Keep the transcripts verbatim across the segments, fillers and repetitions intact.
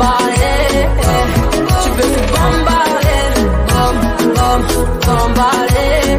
bombardé, je veux te bombarder, bom, bom, bombarder.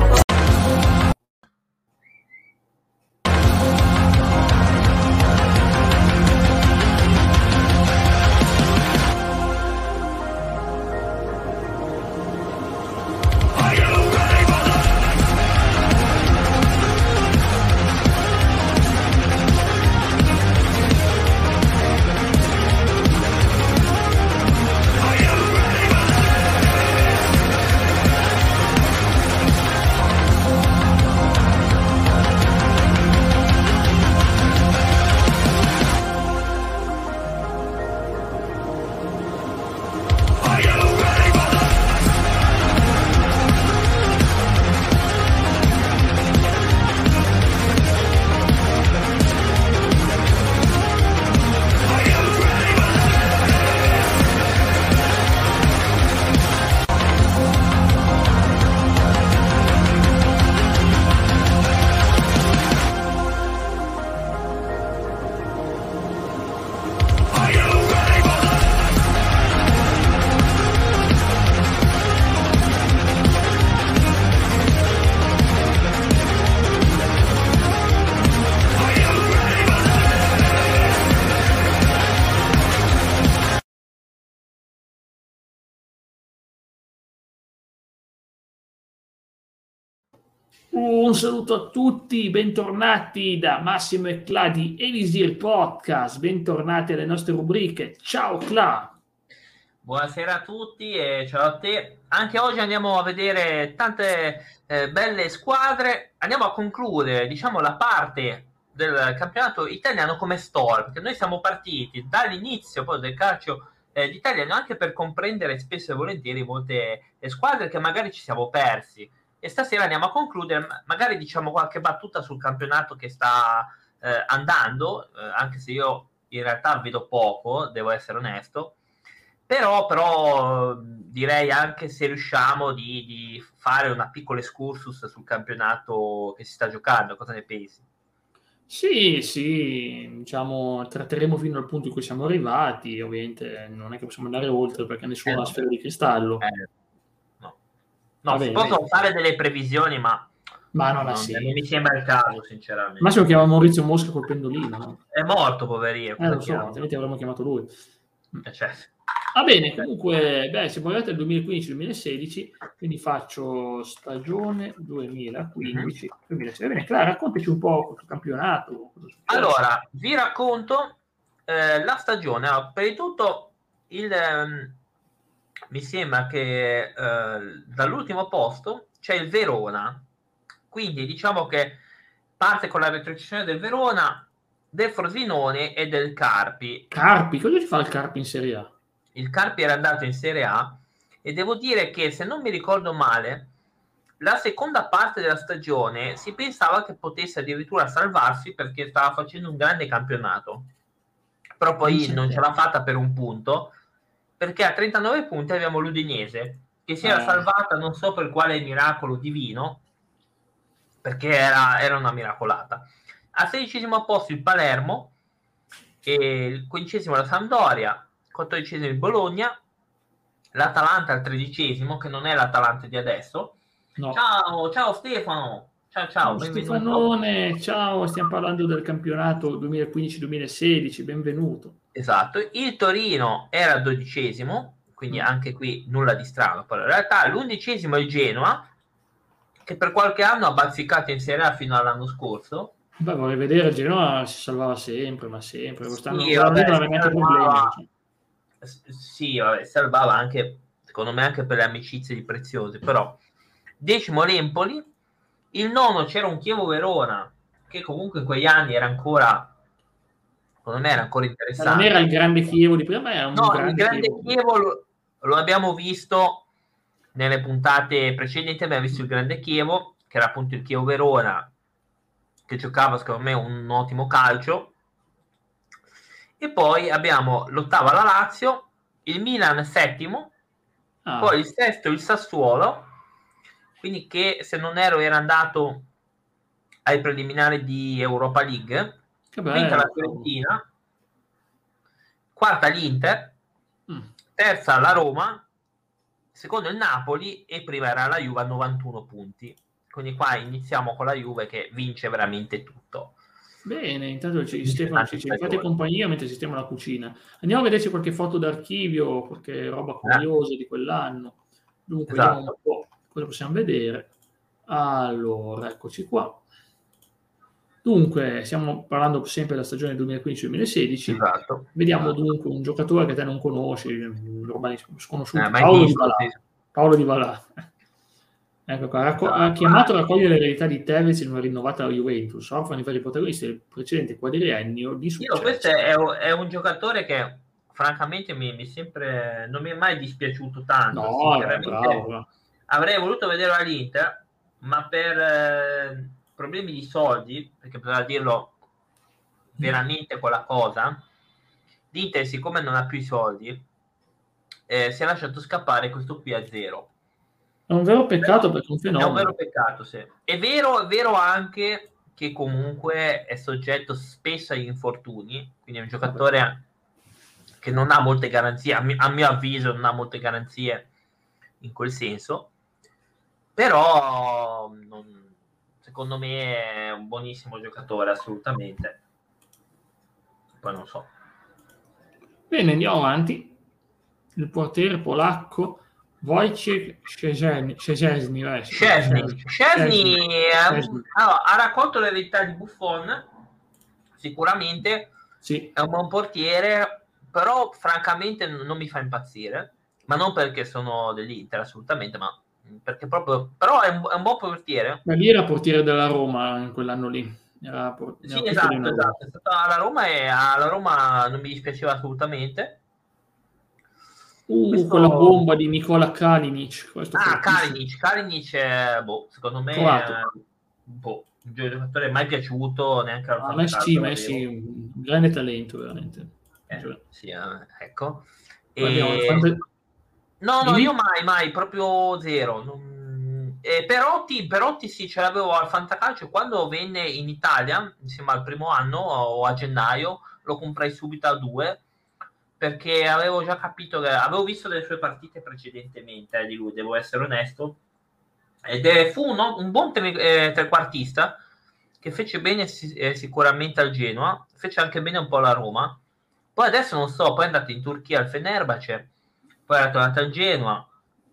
Un saluto a tutti, bentornati da Massimo e Cla di Elisir Podcast, bentornati alle nostre rubriche. Ciao Cla! Buonasera a tutti e ciao a te. Anche oggi andiamo a vedere tante eh, belle squadre. Andiamo a concludere, diciamo, la parte del campionato italiano come storia, perché noi siamo partiti dall'inizio poi del calcio eh, italiano anche per comprendere spesso e volentieri molte eh, squadre che magari ci siamo persi. E stasera andiamo a concludere, magari diciamo qualche battuta sul campionato che sta eh, andando, eh, anche se io in realtà vedo poco, devo essere onesto, però, però direi anche se riusciamo di, di fare una piccola excursus sul campionato che si sta giocando, cosa ne pensi? Sì, sì, diciamo, tratteremo fino al punto in cui siamo arrivati, ovviamente non è che possiamo andare oltre perché nessuno Eh, ha la sfera di cristallo. Eh, no, no bene, si possono bene. fare delle previsioni, ma, ma non, non, non mi sembra il caso, sinceramente. Ma se lo chiama Maurizio Mosca col pendolino, no? È morto, poverino. Eh, lo so, altrimenti avremmo chiamato lui. Eh, cioè. Va bene, comunque, beh, siamo arrivati al duemilaquindici duemilasedici, quindi faccio stagione duemilaquindici duemilasedici. Va bene, Clara, raccontaci un po' questo campionato. Allora, vi racconto eh, la stagione. Allora, prima di tutto, il, ehm, mi sembra che eh, dall'ultimo posto c'è il Verona, quindi diciamo che parte con la retrocessione del Verona, del Frosinone e del Carpi. Carpi? Cosa ci fa il Carpi in Serie A? Il Carpi era andato in Serie A e devo dire che, se non mi ricordo male, la seconda parte della stagione si pensava che potesse addirittura salvarsi perché stava facendo un grande campionato, però poi non ce l'ha fatta per un punto, perché a trentanove punti abbiamo l'Udinese che si era eh. salvata non so per quale miracolo divino, perché era, era una miracolata. Al sedicesimo posto il Palermo, e il quindicesimo la Sampdoria, quattordicesimo il Bologna, l'Atalanta al tredicesimo, che non è l'Atalanta di adesso. No. Ciao, ciao Stefano. Ciao, ciao, benvenuto. Stefanone, ciao, stiamo parlando del campionato duemilaquindici duemilasedici, benvenuto. Esatto, il Torino era dodicesimo, quindi mm. anche qui nulla di strano. Però in realtà l'undicesimo è il Genoa, che per qualche anno ha bazzicato in Serie A fino all'anno scorso. Beh, vorrei vedere, il Genoa si salvava sempre, ma sempre. Quest'anno sì, vabbè, non aveva problemi. Sì, vabbè, salvava anche, secondo me, anche per le amicizie di Preziosi, però decimo l'Empoli, il nono c'era un Chievo Verona, che comunque in quegli anni era ancora, secondo me era ancora interessante. Ma non era il grande Chievo di prima, ma era un no, grande il grande Chievo, Chievo lo, lo abbiamo visto nelle puntate precedenti, abbiamo visto il grande Chievo, che era appunto il Chievo Verona, che giocava secondo me un ottimo calcio. E poi abbiamo l'ottava la Lazio, il Milan settimo, ah. poi il sesto il Sassuolo, quindi che se non ero era andato ai preliminari di Europa League, quinta la Fiorentina, quarta l'Inter, Mm. terza la Roma, secondo il Napoli e prima era la Juve a novantuno punti. Quindi qua iniziamo con la Juve che vince veramente tutto. Bene, intanto ci, Stefano ci, ci fate compagnia mentre sistema la cucina. Andiamo a vederci qualche foto d'archivio, qualche roba curiosa eh. di quell'anno. Dunque, esatto. Vediamo un po' cosa possiamo vedere. Allora, eccoci qua. Dunque, stiamo parlando sempre della stagione duemilaquindici duemilasedici. Esatto. Vediamo dunque un giocatore che te non conosci, ormai sconosciuto, eh, Paolo Di Balà. Paolo Di Balà. Ecco qua, racco- ha chiamato a raccogliere l'eredità di Tevez in una rinnovata Juventus, offrono i vari protagonisti del precedente quadriennio di successo. Io, questo è, è un giocatore che francamente mi, mi sempre non mi è mai dispiaciuto tanto. No, sinceramente bravo, bravo. Avrei voluto vederlo all'Inter, ma per eh, problemi di soldi, perché bisogna dirlo veramente quella cosa, l'Inter siccome non ha più i soldi eh, si è lasciato scappare questo qui a zero. È un vero peccato. Però, perché è un fenomeno. È un vero peccato, sì. È vero, è vero anche che comunque è soggetto spesso agli infortuni, quindi è un giocatore Vabbè. che non ha molte garanzie, a mio, a mio avviso non ha molte garanzie in quel senso, però non, secondo me è un buonissimo giocatore, assolutamente. Poi non so. Bene, andiamo avanti. Il portiere polacco Wojciech Szczesny, Szczesny, eh, Szczesny, Szczesny allora, ha raccolto l'eredità di Buffon, sicuramente sì. È un buon portiere, però francamente non mi fa impazzire, ma non perché sono dell'Inter assolutamente, ma perché proprio, però è un, è un buon portiere. Ma lì era portiere della Roma in quell'anno lì. Era, era sì, esatto, esatto, è stato alla Roma e alla Roma non mi dispiaceva assolutamente. Uh, Questo... quella bomba di Nikola Kalinic. Questo ah, Kalinic, Kalinic è, boh, secondo me è, boh, un giocatore mai piaciuto neanche al ah, sì, ma sì, un grande talento veramente. Eh, cioè. sì, eh, ecco. E... Fante... No, no, io mai, mai, proprio zero. Non... Eh, Perotti, Perotti sì, ce l'avevo al Fantacalcio quando venne in Italia, insieme al primo anno o a gennaio, lo comprai subito a due. Perché avevo già capito che avevo visto delle sue partite precedentemente eh, di lui, devo essere onesto, ed è, fu un, un buon tre, eh, trequartista che fece bene eh, sicuramente al Genoa, fece anche bene un po' alla Roma, poi adesso non so, poi è andato in Turchia al Fenerbahce, poi è tornato al Genoa,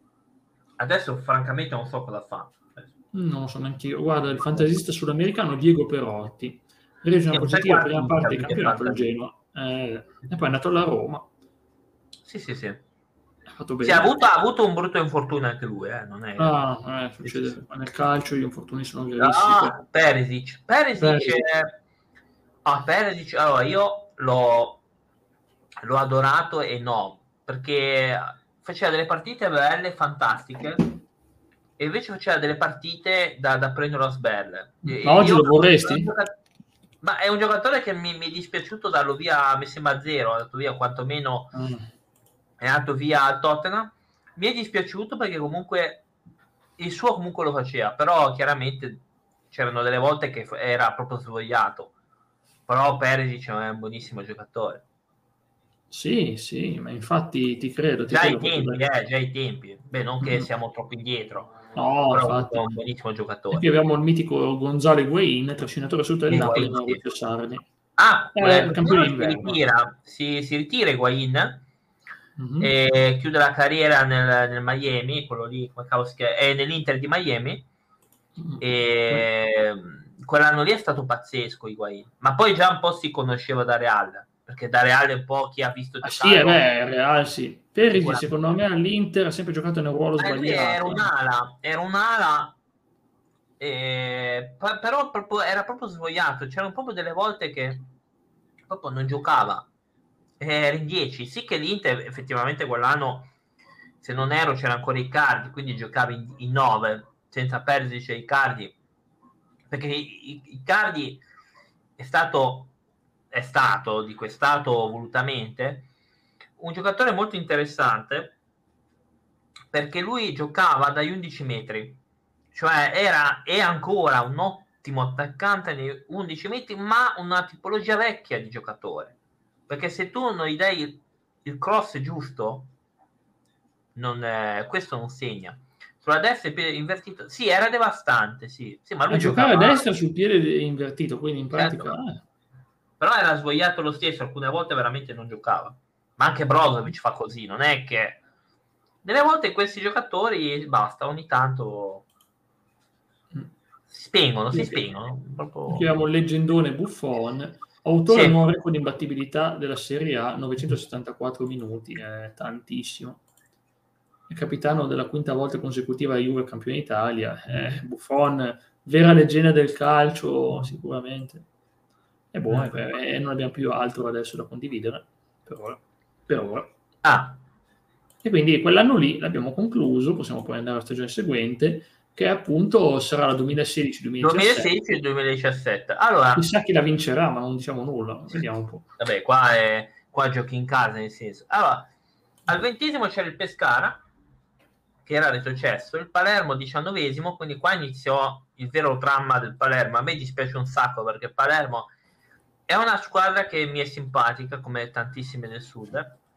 adesso francamente non so cosa fa. Non lo so neanche io, guarda, il fantasista sudamericano Diego Perotti, rese una positiva prima parte del campionato al Genoa. Eh, e poi è andato alla Roma. Sì, sì, sì. Ha fatto bene. Sì, ha avuto, ha avuto un brutto infortunio anche lui, eh, non è... Ah, eh, succede. Sì, sì. Nel calcio gli infortuni sono gravissimi. Ah, Perisic. Perisic, Perisic. È... Ah, Perisic, allora io l'ho, l'ho adorato e no, perché faceva delle partite belle, fantastiche, e invece faceva delle partite da, da prendere a sberle. Ma oggi lo vorresti? Ma è un giocatore che mi, mi è dispiaciuto darlo via, mi sembra zero, è andato via quantomeno, mm. è andato via al Tottenham. Mi è dispiaciuto perché comunque il suo comunque lo faceva, però chiaramente c'erano delle volte che era proprio svogliato. Però Perisic è un buonissimo giocatore. Sì, sì, ma infatti ti credo. Ti già credo i tempi, eh, già i tempi. Beh, non che mm. siamo troppo indietro. No, però infatti. è un buonissimo giocatore. E qui abbiamo il mitico Gonzalo Higuain, trascinatore assoluto del Napoli, non sì. Sardi. Ah, eh, il campione si ritira, si, si ritira Higuain mm-hmm. e chiude la carriera nel, nel Miami, quello lì, come cavolo si chiama, è nell'Inter di Miami. Mm-hmm. E quell'anno lì è stato pazzesco Higuain, ma poi già un po' si conosceva da Real, perché da Real un po' chi ha visto ah, sì, è beh, Real sì. Perisic secondo me all'Inter ha sempre giocato nel ruolo sbagliato. Era un'ala, era un'ala eh, però proprio, era proprio svogliato, c'erano proprio delle volte che proprio non giocava, era in dieci. Sì che l'Inter effettivamente quell'anno, se non ero, c'era ancora Icardi, quindi giocava in, in nove senza Perisic e Icardi, perché Icardi è stato è stato di quest'ato volutamente un giocatore molto interessante, perché lui giocava dagli undici metri, cioè era è ancora un ottimo attaccante nei undici metri, ma una tipologia vecchia di giocatore, perché se tu non gli dai il cross giusto, non, eh, questo non segna. Sulla destra il piede invertito, sì, era devastante, sì, sì, ma lui a giocare giocava a destra sul piede invertito, quindi in pratica... certo. Eh. Però era svogliato lo stesso, alcune volte veramente non giocava. Ma anche Brozovic fa così, non è che... Delle volte questi giocatori, basta, ogni tanto si spengono, si spengono. Proprio... Abbiamo il leggendone Buffon, autore sì. del nuovo record di imbattibilità della Serie A, novecentosettantaquattro minuti, è tantissimo. È capitano della quinta volta consecutiva a Juve campione d'Italia. Eh, Buffon, vera leggenda del calcio, sicuramente. È buono, e non abbiamo più altro adesso da condividere, per ora. Per ora. Ah. E quindi quell'anno lì l'abbiamo concluso, possiamo poi andare alla stagione seguente, che appunto sarà la duemilasedici duemiladiciassette. duemilasedici duemiladiciassette. Allora, chissà chi la vincerà, ma non diciamo nulla, vediamo un po'. Vabbè, qua, è, qua giochi in casa, nel senso. Allora, al ventesimo c'era il Pescara, che era retrocesso, il Palermo diciannovesimo, quindi qua iniziò il vero dramma del Palermo. A me dispiace un sacco, perché il Palermo è una squadra che mi è simpatica, come tantissime del sud,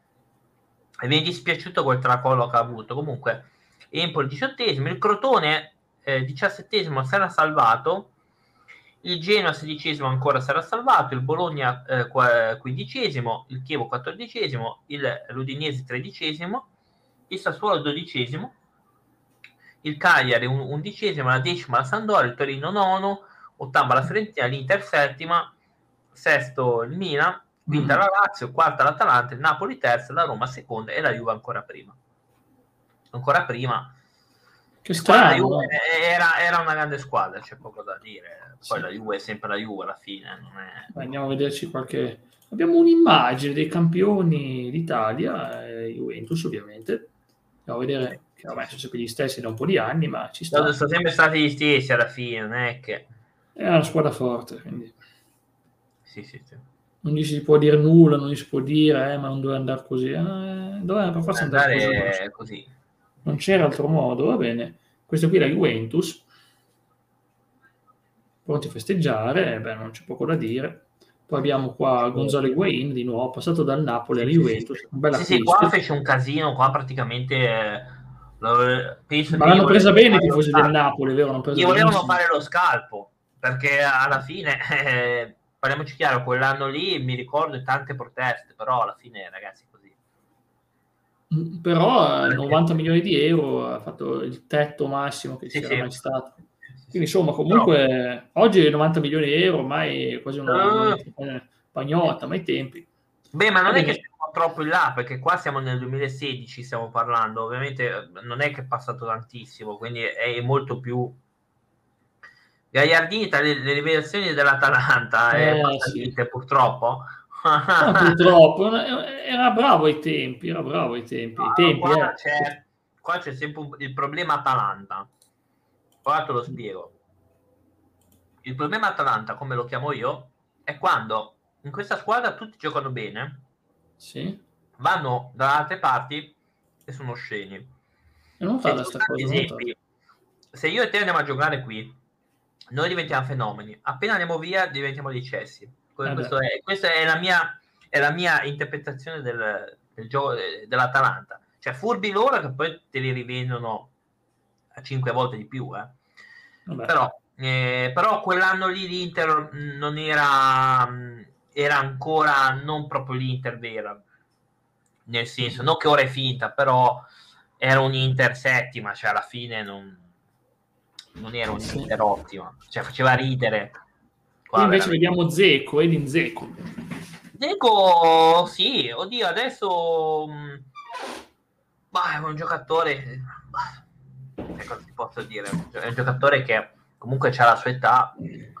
e mi è dispiaciuto quel tracollo che ha avuto. Comunque, Empoli diciottesimo, il Crotone eh, diciassettesimo si era salvato, il Genoa sedicesimo ancora sarà salvato, il Bologna eh, quindicesimo, il Chievo quattordicesimo, il l'Udinese tredicesimo, il Sassuolo dodicesimo, il Cagliari undicesimo, la decima la Sampdoria, il Torino nono, ottava la Fiorentina, l'Inter settima, sesto il Milan, quinta mm. la Lazio, quarta l'Atalanta, il Napoli terza, la Roma seconda e la Juve ancora prima. Ancora prima. Che strano. Juve era, era una grande squadra, c'è poco da dire. Poi sì. La Juve è sempre la Juve alla fine. Non è... Andiamo a vederci qualche... Abbiamo un'immagine dei campioni d'Italia, eh, Juventus ovviamente. Andiamo a vedere che ormai sono sempre gli stessi da un po' di anni, ma ci sta. Sono sempre stati gli stessi alla fine, non è che... È una squadra forte, quindi... Sì, sì, sì. Non gli si può dire nulla, non gli si può dire, eh, ma non doveva andare così. Eh, doveva per forza andare, andare così. così. Non c'era altro modo, va bene. Questo qui è la Juventus. Pronti a festeggiare, beh, non c'è poco da dire. Poi abbiamo qua Gonzalo Higuain, di nuovo, passato dal Napoli alla Juventus. Sì, un bel sì, sì, qua fece un casino, qua praticamente... Eh, penso ma l'hanno presa bene i tifosi del Napoli, vero? Gli volevano fare lo scalpo, perché alla fine, eh, parliamoci chiaro, quell'anno lì mi ricordo tante proteste, però alla fine, ragazzi, così. Però novanta milioni di euro ha fatto il tetto massimo che sì, c'era sì. mai stato. Quindi insomma comunque no. Oggi novanta milioni di euro ormai è quasi una, uh. una pagnotta, ma ai tempi. Beh, ma non Va è bene. Che siamo troppo in là, perché qua siamo nel duemilasedici, stiamo parlando, ovviamente non è che è passato tantissimo, quindi è molto più... Gagliardini tra le, le rivelazioni dell'Atalanta eh, è sì. Purtroppo. No, purtroppo era bravo ai tempi, era bravo ai tempi. Ai tempi qua, eh. c'è, qua c'è sempre un, il problema Atalanta. Ora te lo spiego. Il problema Atalanta, come lo chiamo io, è quando in questa squadra tutti giocano bene, sì. vanno da altre parti e sono sceni. E non fa sta cosa, esempi, se io e te andiamo a giocare qui, noi diventiamo fenomeni. Appena andiamo via, diventiamo dei cessi. Questo è, questa è la mia, è la mia interpretazione del, del gioco dell'Atalanta. Cioè, furbi loro che poi te li rivendono a cinque volte di più. Eh. Però, eh, però quell'anno lì l'Inter non era, era ancora non proprio l'Inter vera. Nel senso, non che ora è finta, però era un Inter settima, cioè alla fine non, non era un Inter ottima. Cioè, faceva ridere. Qua invece veramente. Vediamo Dzeko, Edin Dzeko. Dzeko, sì, oddio, adesso bah, è un giocatore, bah, cosa ti posso dire? È un giocatore che comunque c'ha la sua età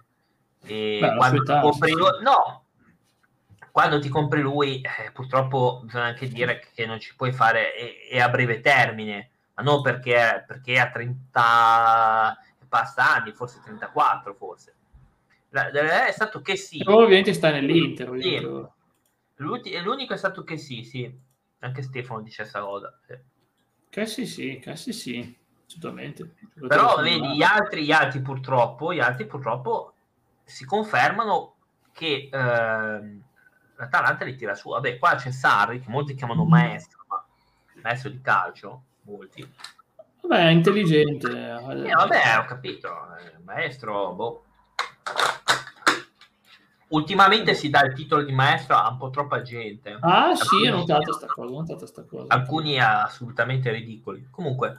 e Beh, quando età, ti compri sì. lui, no, quando ti compri lui, eh, purtroppo bisogna anche dire che non ci puoi fare e, e a breve termine, ma non perché, perché ha trenta e passa anni, forse trentaquattro, forse. È stato che sì, però ovviamente sta nell'Inter, sì. L'unico è stato che sì, sì, anche Stefano dice questa cosa, sì. Che sì, sì, che sì, sì, assolutamente. Però vedi, gli altri, gli altri purtroppo, gli altri purtroppo si confermano che eh, l'Atalanta li tira su. Vabbè, qua c'è Sarri, che molti chiamano Mm. maestro, ma maestro di calcio, molti. Vabbè, è intelligente. Eh, vabbè, ho capito. Eh, maestro, boh. Ultimamente si dà il titolo di maestro a un po' troppa gente. Ah, sì, Alcuni- ho notato sta cosa, ho notato sta cosa. Alcuni assolutamente ridicoli. Comunque,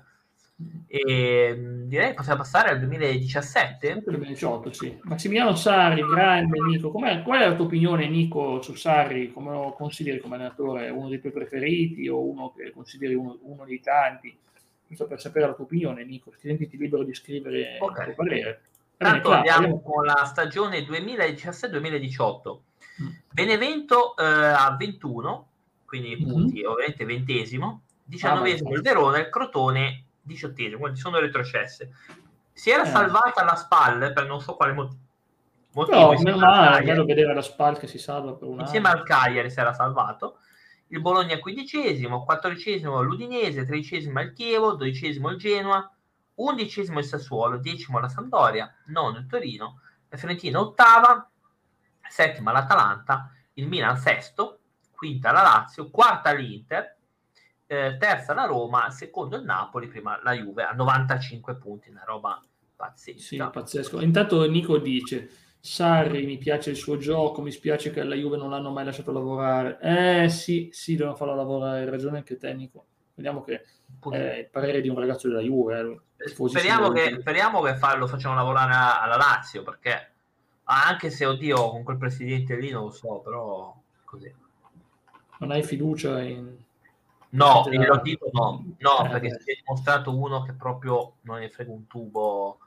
eh, direi che possiamo passare al duemiladiciassette. duemiladiciotto, sì. Massimiliano Sarri, grande Nico. Com'è, qual è la tua opinione, Nico, su Sarri? Come lo consideri come allenatore? Uno dei tuoi preferiti o uno che consideri uno, uno dei tanti? Giusto per sapere la tua opinione, Nico. Sentiti libero di scrivere Ok. il tuo parere. Tanto Bene, andiamo claro, con la stagione duemiladiciassette duemiladiciotto. Mm. Benevento eh, a ventuno, quindi Mhm. punti, ovviamente ventesimo, diciannovesimo Ah, il Verona, il Crotone diciottesimo, quindi sono retrocesse. Si era Eh. salvata alla spalle per non so quale mot- motivo. Però, insieme meno al male, è Cagliari. bello vedere la Spal che si salva per un Insieme anno. al Cagliari si era salvato. Il Bologna quindicesimo, quattordicesimo l'Udinese, tredicesimo il Chievo, dodicesimo il Genoa, undicesimo il Sassuolo, decimo la Sampdoria, nono il Torino, la Fiorentina ottava, settima l'Atalanta, il Milan sesto, quinta la Lazio, quarta l'Inter, eh, terza la Roma, secondo il Napoli, prima la Juve a novantacinque punti, una roba pazzesca. Sì, pazzesco. Intanto Nico dice: Sarri, mi piace il suo gioco, mi spiace che alla Juve non l'hanno mai lasciato lavorare. Eh sì, sì, devono farlo lavorare, hai ragione anche te, Nico. Vediamo che è il parere di un ragazzo della Juve. Eh, Speriamo che, speriamo che fa, lo facciano lavorare alla Lazio, perché anche se, oddio, con quel presidente lì non lo so, però così. Non hai fiducia in... No, io lo dico no, no, Eh, perché beh. si è dimostrato uno che proprio non ne frega un tubo.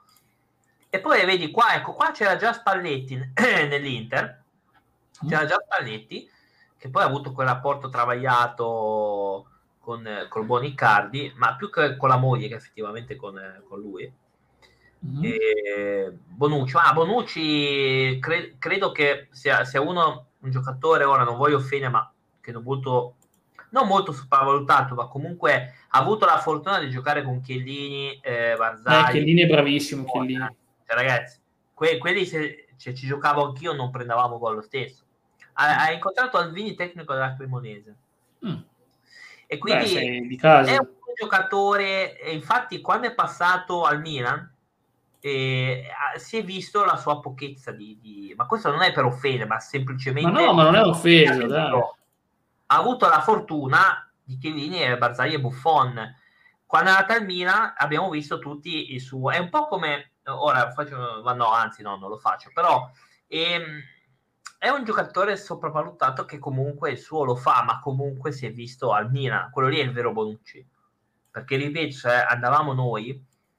E poi vedi qua, ecco, qua c'era già Spalletti nell'Inter, c'era già Spalletti, che poi ha avuto quel rapporto travagliato con col buon Icardi, ma più che con la moglie che effettivamente con, con lui. Mhm. E Bonucci, ah, Bonucci cre- credo che sia, sia uno, un giocatore, ora non voglio offendere, ma che non molto, non molto sopravvalutato, ma comunque ha avuto la fortuna di giocare con Chiellini, eh, Barzagli. Eh, Chiellini è bravissimo, Chiellini. Cioè, ragazzi, que- quelli se, se ci giocavo anch'io non prendevamo gol lo stesso. Ha, ha incontrato Alvini, tecnico della Cremonese. Mm. E quindi Beh, sei di casa. è un buon giocatore, e infatti quando è passato al Milan eh, si è visto la sua pochezza di, di... ma questo non è per offendere, ma semplicemente Ma no, ma non è offesa, dai. ha avuto la fortuna di Chiellini e Barzagli e Buffon. Quando è andata al Milan abbiamo visto tutti i suoi, è un po' come ora faccio, ma no, anzi no, non lo faccio, però ehm, è un giocatore sopravvalutato che comunque il suo lo fa, ma comunque si è visto al Milan. Quello lì è il vero Bonucci, perché ripeto, cioè, andavamo noi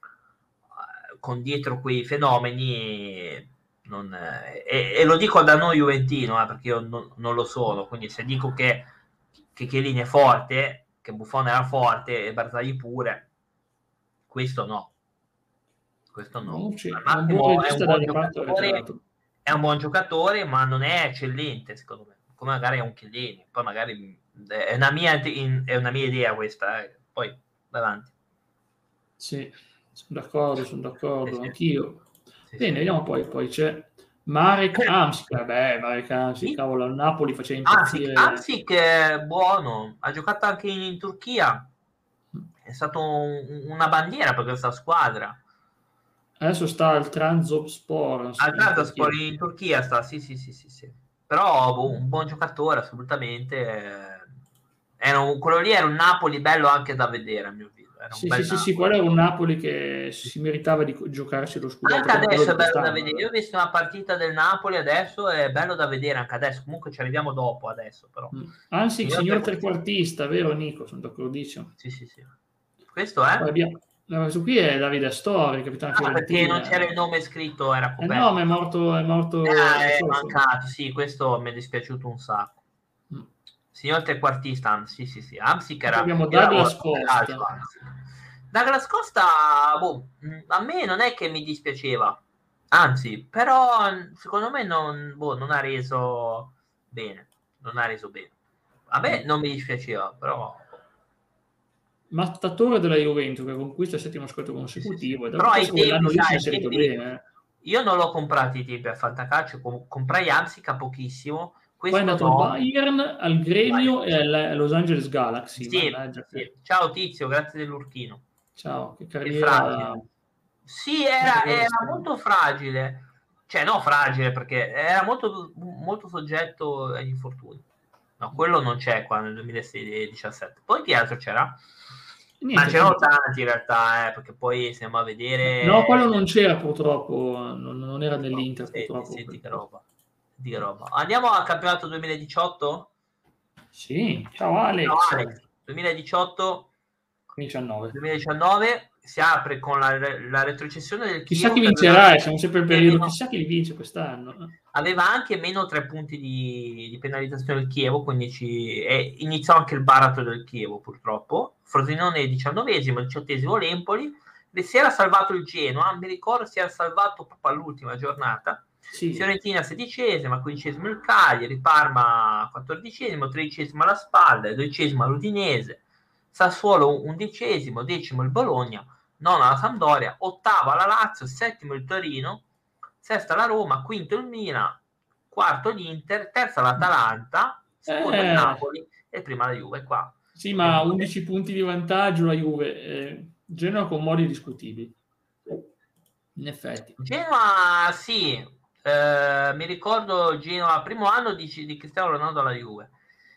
eh, con dietro quei fenomeni non, eh, e, e lo dico da noi juventino, eh, perché io non, non lo sono, quindi se dico che che Chiellini è forte, che Buffon era forte e Barzagli pure, questo no, questo no. Bonucci Al è un massimo buon è un regista buon da reparto giocatore, arretrato. è un buon giocatore, ma non è eccellente, secondo me, come magari è un Chiellini. Poi magari è una mia, è una mia idea questa, eh. Poi vai avanti. Sì, sono d'accordo, sono d'accordo, Sì, sì. anch'io. Sì, Bene, sì. vediamo poi, poi c'è Marek Hamsik, beh, Marek Hamsik, Sì. cavolo, al Napoli faceva impazzire. Hamsik, Hamsik è buono, ha giocato anche in, in Turchia, è stato un, una bandiera per questa squadra. Adesso sta al Trabzonspor. Al Trabzonspor in Turchia sta, sì, sì, sì, sì, sì. Però boh, un buon giocatore, assolutamente. Era un, quello lì era un Napoli bello anche da vedere, a mio avviso. Era un Sì, bel sì, sì, sì, quello era un Napoli che si meritava di giocarsi lo scudetto. Anche adesso è bello da vedere. Io ho visto una partita del Napoli adesso, è bello da vedere anche adesso. Comunque ci arriviamo dopo adesso, però. Anzi, il signor tre... trequartista, vero Nico? Sono d'accordissimo. Sì, sì, sì. Questo è? Abbiamo... Questo qui è Davide Astori, capitano ah, perché non c'era il nome scritto, era coperto. Eh no, ma è morto, è morto. Eh, è mancato, sì, questo mi è dispiaciuto un sacco. Mm. Signor trequartista, sì, sì, sì. Hamsik era... Abbiamo Douglas Costa. Douglas Costa, boh, a me non è che mi dispiaceva, anzi, però secondo me non, boh, non ha reso bene, non ha reso bene. A me non mi dispiaceva, però... mattatore della Juventus che conquista il settimo scudetto consecutivo. Sì, sì. Però ai tempi, sai, lì tempi, bene. Io non l'ho comprato i tempi a Fantacalcio, com- comprai Hamsik a pochissimo, Poi è andato no. al Bayern, al Gremio e al Los Angeles Galaxy. Sì, sì. Ciao Tizio, grazie dell'urchino. Ciao, che È carriera. fragile. Sì, era, era molto fragile. Cioè, no fragile, perché era molto, molto soggetto agli infortuni. No, quello non c'è qua nel duemiladiciassette. Poi che altro c'era? Niente, ma c'erano tanti in realtà, eh, perché poi stiamo a vedere... No, quello non c'era purtroppo, non, non era nell'Inter senti, purtroppo. Senti che roba. Di roba. Andiamo al campionato duemiladiciotto? Sì, ciao Alex. Ciao Alex. duemiladiciotto duemiladiciannove. duemiladiciannove si apre con la, la retrocessione del Chissà Chievo. chi vincerà, siamo sempre in periodo, meno, chissà chi li vince quest'anno. Aveva anche meno tre punti di, di penalizzazione del Chievo, quindi ci, e iniziò anche il baratro del Chievo purtroppo. Frosinone diciannovesimo, diciottesimo l'Empoli, si era salvato il Genoa, mi ricordo si era salvato proprio all'ultima giornata. Sì. Fiorentina sedicesima, quindicesimo il Cagliari, Parma quattordicesimo, tredicesimo la Spalla, dodicesimo l'Udinese, Sassuolo undicesimo, decimo il Bologna, nona la Sampdoria, ottava la Lazio, settimo il Torino, sesta la Roma, quinto il Milan, quarto l'Inter, terza l'Atalanta, secondo eh. il Napoli e prima la Juve qua. Sì, ma undici punti di vantaggio la Juve, eh, Genoa con modi discutibili. In effetti. Genoa sì, eh, mi ricordo Genoa, primo anno di, di Cristiano Ronaldo alla Juve.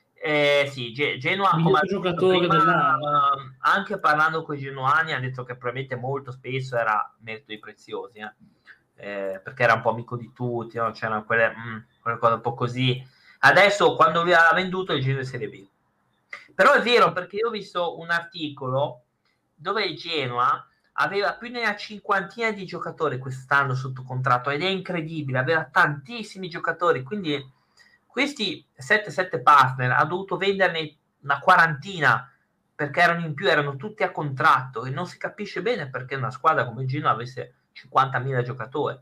Eh, sì, Genoa come giocatore prima, dell'anno. Anche parlando con i genuani ha detto che probabilmente molto spesso era merito di Preziosi, eh. Eh, perché era un po' amico di tutti, no? C'erano quelle, mm, quelle cose un po' così. Adesso quando lui ha venduto il Genoa in Serie B. Però è vero, perché io ho visto un articolo dove il Genoa aveva più di una cinquantina di giocatori quest'anno sotto contratto ed è incredibile, aveva tantissimi giocatori, quindi questi sette sette partner ha dovuto venderne una quarantina perché erano in più, erano tutti a contratto e non si capisce bene perché una squadra come il Genoa avesse cinquantamila giocatori.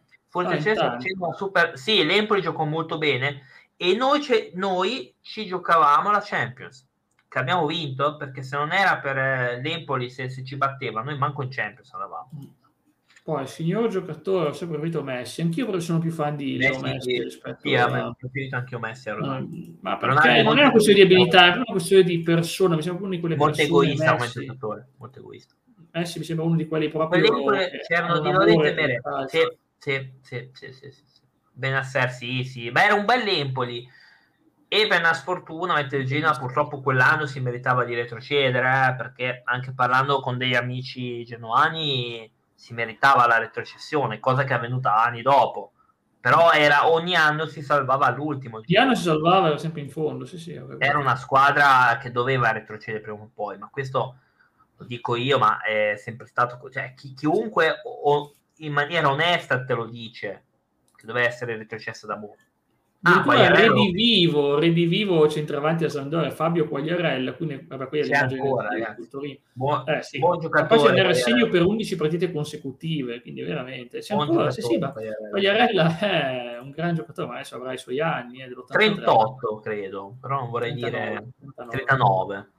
Forse ah, c'è super... Sì, l'Empoli giocò molto bene e noi, noi ci giocavamo la Champions, che abbiamo vinto, perché se non era per eh, l'Empoli, se, se ci batteva, noi manco in Champions andavamo. Poi il signor giocatore, ho sempre preferito Messi, anch'io però sono più fan di Messi, Messi sì, rispetto sì, a... ho preferito anche io Messi a Ronaldo. Ma perché non è una questione di abilità, è una questione di persona, mi sembra uno di quelle molto persone egoista, Messi, giocatore, molto egoista. Messi mi sembra uno di quelli proprio c'erano di Lorenzo e Mere. Sì, sì, sì, sì, sì, sì. Benasser, sì, sì, ma era un bel Empoli. E per una sfortuna, mentre il Genoa purtroppo quell'anno si meritava di retrocedere, eh, perché anche parlando con degli amici genoani si meritava la retrocessione, cosa che è avvenuta anni dopo. Però era, ogni anno si salvava all'ultimo. Ogni anno si salvava, era sempre in fondo, sì, sì. Era una squadra che doveva retrocedere prima o poi, ma questo lo dico io, ma è sempre stato... Cioè, chi, chiunque o in maniera onesta te lo dice, che doveva essere retrocessa da molto. Addirittura ah, redivivo, redivivo centravanti a Sampdoria, Fabio Quagliarella, quindi vabbè, qui è ancora, del buon, eh, sì. buon giocatore. Ma poi c'è l'assegno per undici partite consecutive, quindi veramente c'è ancora, sì, sì, ma Quagliarella è un gran giocatore, ma adesso avrà i suoi anni, eh, trentotto credo, però non vorrei trentanove, dire trentanove. trentanove.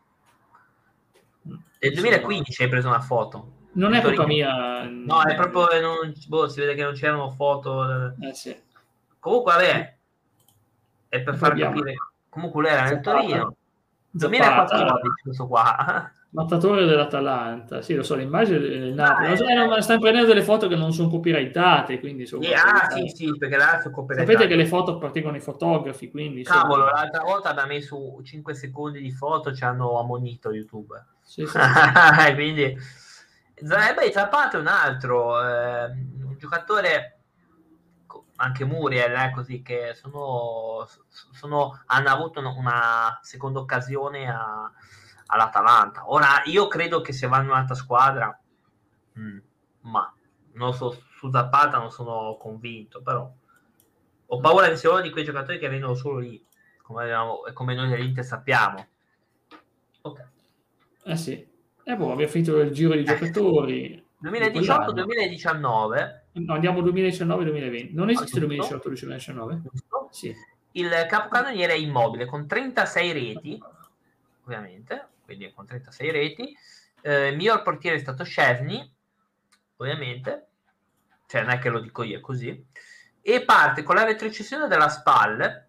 Nel duemilaquindici hai preso una foto. Non è colpa mia. No, è proprio non, boh, si vede che non c'erano foto. Eh sì. Comunque vabbè, è per far abbiamo. capire. Comunque lui era nel Zapata. Torino. duemilaquattordici questo qua. Mattatore dell'Atalanta, sì, lo so, l'immagine del Napoli. Ah, so, eh, ma stanno prendendo delle foto che non sono copyrightate, quindi sono yeah, ah, sì, sì, perché l'altro copyrightate. Sapete che le foto appartengono ai fotografi, quindi cavolo, sono... l'altra volta abbiamo messo cinque secondi di foto, ci hanno ammonito YouTube. Sì, sì, sì. Quindi eh, beh, Zapata è un altro eh, un giocatore, anche Muriel, eh, così che sono, sono hanno avuto una seconda occasione a all'Atalanta. Ora io credo che se vanno in un'altra squadra mh, ma non so, su Zapata non sono convinto, però ho paura che sia uno di quei giocatori che vengono solo lì, come, abbiamo, come noi dell'Inter sappiamo. Ok. Eh sì, e poi abbiamo finito il giro di giocatori duemiladiciotto duemiladiciannove. No, andiamo duemiladiciannove duemilaventi. Non esiste ah, duemiladiciotto duemiladiciannove? Sì. Il capocannoniere è Immobile con trentasei reti, ovviamente, quindi con trentasei reti. Eh, il miglior portiere è stato Szczesny, ovviamente, cioè non è che lo dico io, è così. E parte con la retrocessione della Spal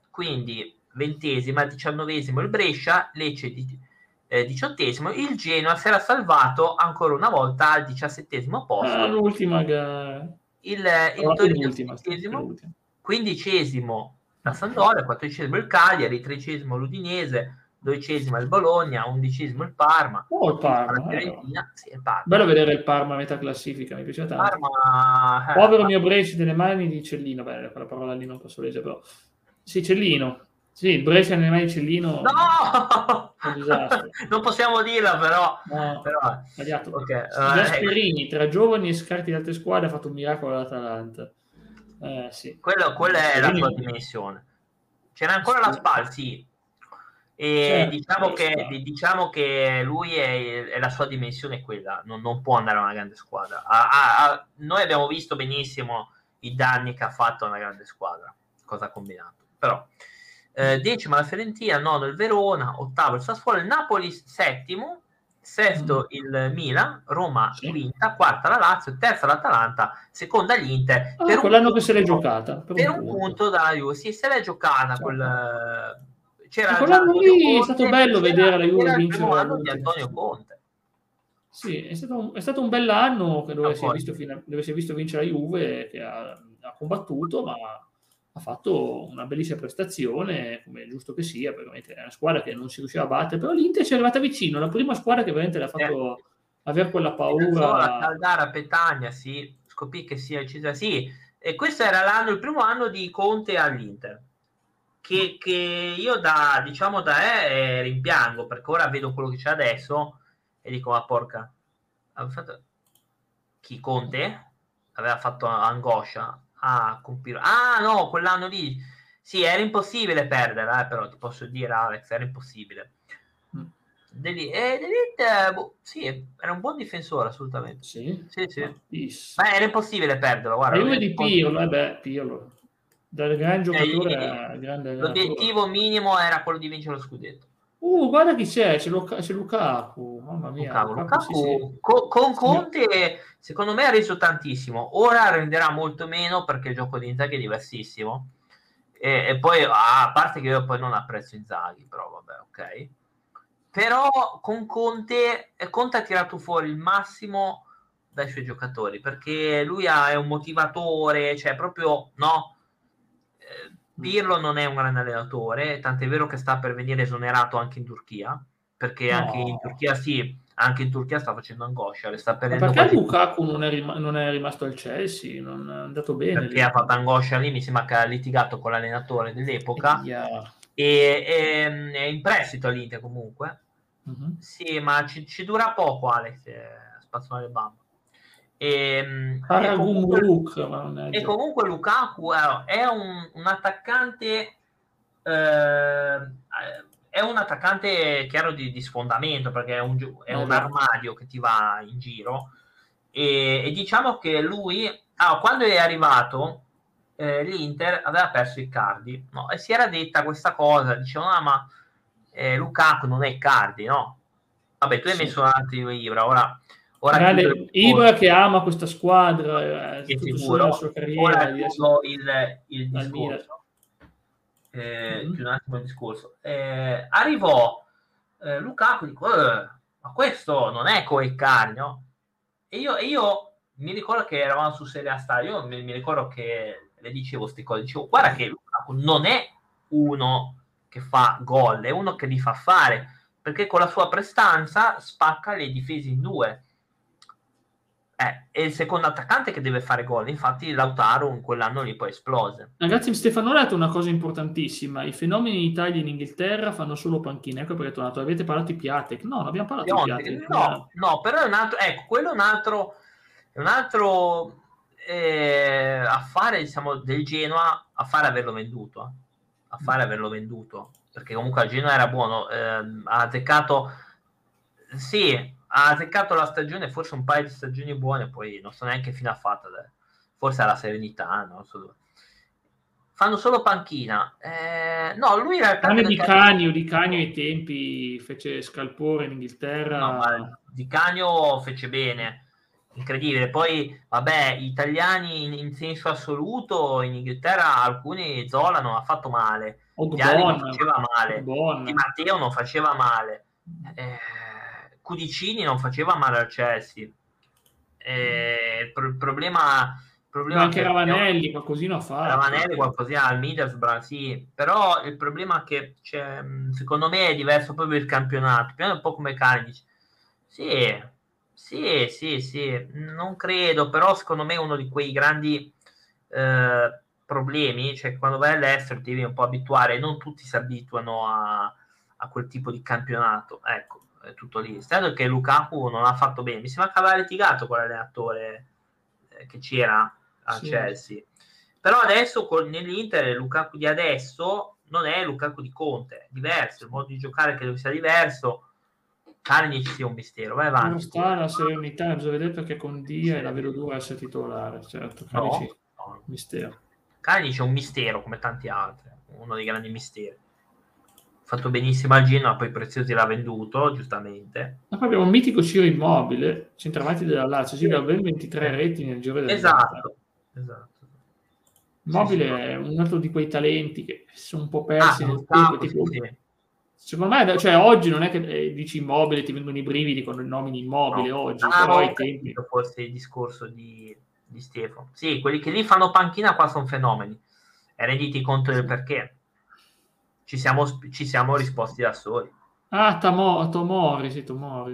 quindi ventesima, diciannovesimo il Brescia, Lecce di, eh, diciottesimo, il Genoa si era salvato ancora una volta al diciassettesimo posto. Ah, l'ultima gara. Il, il Torino dodicesimo, quindicesimo la Sampdoria, quattordicesimo il Cagliari, tredicesimo l'Udinese, dodicesimo il Bologna, undicesimo il Parma. Oh, il Parma, eh. Sì, il Parma. Bello vedere il Parma a metà classifica, mi piace tanto. Parma, eh, Povero Parma. mio Brescia nelle mani di Cellino. Beh, quella parola lì non posso leggere, però sì, Cellino. Sì, il Brescia nelle mani di Cellino. No! È un disastro. Non possiamo dirla, però. No, però... sbagliato. Okay. Gasperini, tra giovani e scarti di altre squadre, ha fatto un miracolo all'Atalanta. Eh, sì. Quello, quella è la sua dimensione. C'era ancora la Spal, sì. E certo, diciamo, che, diciamo che lui è, è la sua dimensione quella, non, non può andare a una grande squadra. Ha, ha, ha, noi abbiamo visto benissimo i danni che ha fatto a una grande squadra, cosa ha combinato. Però eh, decima la Fiorentina, nono il Verona, ottavo il Sassuolo, il Napoli settimo, sesto mm. il Milan, Roma sì. quinta, quarta la Lazio, terza l'Atalanta, seconda l'Inter. Ah, per quell'anno punto, che se l'è giocata. Per, per un, un punto, punto dalla Juve, sì, se l'è giocata certo. quel... C'era quell'anno lì è stato bello vedere la Juve vincere il anno di Antonio Conte. Sì, è stato un, è stato un bell'anno dove, si è visto fino, dove si è visto vincere la Juve, che ha, ha combattuto, ma ha fatto una bellissima prestazione, come è giusto che sia, perché è una squadra che non si riusciva a battere, però l'Inter ci è arrivata vicino, la prima squadra che veramente le ha fatto eh. avere quella paura. La Caldara, Petagna, sì, scoprì che sia decisa, sì, e questo era l'anno, il primo anno di Conte all'Inter. Che, che io da diciamo da eh, rimpiango, perché ora vedo quello che c'è adesso e dico ma porca, aveva fatto... chi Conte aveva fatto angoscia ah, compir... ah no quell'anno lì sì, era impossibile perdere, eh, però ti posso dire Alex, era impossibile. mm. Deli... eh, Delite, boh, sì, era un buon difensore assolutamente, sì, sì, sì. Ma, ma era impossibile perderlo, guarda. Io di Pirlo, eh beh, Pirlo dal gran giocatore eh, a grande l'obiettivo minimo era quello di vincere lo scudetto. Uh, guarda chi c'è, c'è, Luca, c'è Lukaku, mamma mia. Lukaku, Lukaku, Lukaku sì, sì. Con, con Conte sì. Secondo me ha reso tantissimo, ora renderà molto meno perché il gioco di Inzaghi è diversissimo e, e poi ah, a parte che io poi non apprezzo Inzaghi, però vabbè, ok. Però con Conte, Conte ha tirato fuori il massimo dai suoi giocatori, perché lui ha, è un motivatore, cioè proprio, no? Pirlo non è un grande allenatore, tant'è vero che sta per venire esonerato anche in Turchia, perché no. anche in Turchia sì, anche in Turchia sta facendo angoscia, le sta perdendo. Ma perché Lukaku non è, rim- non è rimasto al Chelsea? Non è andato bene. Perché lì. Ha fatto angoscia lì, mi sembra che ha litigato con l'allenatore dell'epoca yeah. e, e è in prestito all'Inter comunque. Uh-huh. Sì, ma ci, ci dura poco Alex, spazzolare le bambe. E, e, comunque, Luke, ma non è e comunque Lukaku è un, un attaccante eh, è un attaccante chiaro di, di sfondamento, perché è un, è un armadio che ti va in giro e, e diciamo che lui ah, quando è arrivato eh, l'Inter aveva perso Icardi, no? E si era detta questa cosa, dicevano ah, ma eh, Lukaku non è Icardi, no? Vabbè, tu hai sì. messo avanti Ibra, ora Ora Grande, Ibra che ama questa squadra, eh, sicuro. La sua carriera, ora il, il discorso. Eh, mm-hmm. Più un attimo il discorso. Eh, arrivò eh, Lukaku, dico, eh, ma questo non è Icardi, no? E io, e io mi ricordo che eravamo su Serie A Stadio, io mi, mi ricordo che le dicevo queste cose, dicevo, guarda che Lukaku non è uno che fa gol, è uno che li fa fare, perché con la sua prestanza spacca le difese in due. Eh, è il secondo attaccante che deve fare gol, infatti Lautaro in quell'anno lì poi esplose. Ragazzi, Stefano ha detto una cosa importantissima, i fenomeni in Italia e in Inghilterra fanno solo panchine, ecco perché tornato, avete parlato di Piatek, no, non abbiamo parlato Piontek, di Piatek. No, no, però è un altro, ecco, quello è un altro, è un altro eh, affare, diciamo, del Genoa, affare averlo venduto, eh. affare averlo venduto, perché comunque il Genoa era buono, eh, ha azzeccato, sì, ha azzeccato la stagione, forse un paio di stagioni buone, poi non so neanche fino a fatta, forse alla Serenità, non so dove. Fanno solo panchina. Eh, no, lui in realtà... Di Canio, di Canio ai tempi fece scalpore in Inghilterra. No, ma Di Canio fece bene, incredibile. Poi, vabbè, italiani in, in senso assoluto, in Inghilterra alcuni Zola non ha fatto male. Vialli non faceva male, Ogbon. Di Matteo non faceva male, eh, Cudicini non faceva male al Chelsea. Eh, il, pro- il problema, il problema Ma anche che Ravanelli qualcosina ha fatto. Ravanelli qualcosina al Middlesbrough, sì, però il problema è che c'è, secondo me è diverso proprio il campionato, più un po' come Kalinic. Sì, sì, sì, sì, non credo, però secondo me è uno di quei grandi eh, problemi, cioè quando vai all'estero ti devi un po' abituare, non tutti si abituano a, a quel tipo di campionato, ecco, è tutto lì. Stato che Lukaku non ha fatto bene, mi sembra che aveva litigato con l'allenatore eh, che c'era a Sì. Chelsea, però adesso con, nell'Inter il Lukaku di adesso non è il Lukaku di Conte, è diverso, il modo di giocare credo sia diverso. Kalinic sia un mistero, vai avanti. Non sta la serenità, bisogna vedere perché con Dia e la vedo dura essere titolare, certo. Kalinic, No, no. mistero. Kalinic è un mistero come tanti altri, uno dei grandi misteri. Ha fatto benissimo al Genoa, poi Preziosi l'ha venduto, giustamente. Ma poi abbiamo un mitico Ciro Immobile, centravanti della Lazio, sì, ha ben ventitré reti nel giro del Esatto, esatto. Immobile sì, sì. è un altro di quei talenti che sono un po' persi Ah, nel Lukaku, tempo. sì, Tipo, sì. secondo me, cioè, oggi non è che eh, dici Immobile ti vengono i brividi quando nomini Immobile No. oggi, Ah, però ho ai tempi... capito forse il discorso di, di Stefano. Sì, quelli che lì fanno panchina qua sono fenomeni. E renditi conto del perché. Ci siamo, ci siamo risposti da soli. Ah, Tamo, Tomori, sì, Tomori.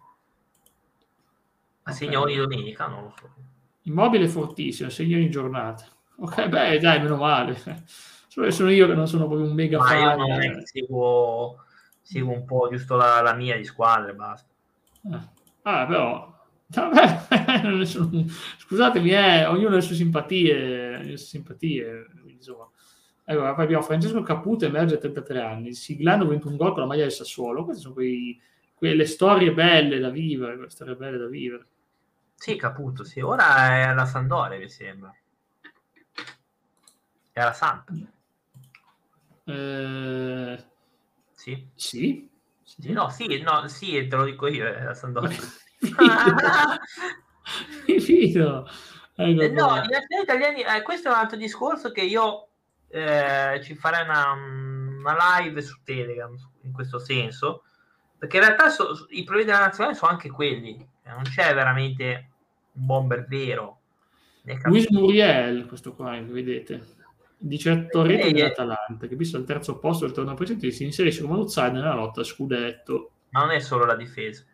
A Ok. segno di domenica, non lo so. Immobile fortissimo, segno in giornata. Ok, beh, dai, meno male. Solo sono io che non sono proprio un mega Ma fan. io non è che seguo, seguo un po' giusto la, la mia di squadre, basta. Ah, però... Vabbè, sono... Scusatemi, eh, ognuno ha le sue simpatie, le sue simpatie, insomma. Allora, poi abbiamo Francesco Caputo, emerge a trentatré anni, siglando ventuno gol con la maglia del Sassuolo. Queste sono quei, quelle storie belle da vivere, quelle storie belle da vivere. Sì, Caputo, sì. Ora è alla Sampdoria, mi sembra. È alla Samp. Eh... Sì? Sì? Sì, no, sì, no, sì, te lo dico io, è alla Sampdoria. Mi fido. Eh, no, i nazionali italiani, eh, questo è un altro discorso che io eh, ci farei una, una live su Telegram in questo senso, perché in realtà so, i problemi della nazionale sono anche quelli, non c'è veramente un bomber vero. Luis Muriel, questo qua, vedete, diciotto reti eh, nell'Atalanta, che visto al terzo posto del torneo precedente si inserisce come outsider nella lotta a scudetto. Ma non è solo la difesa.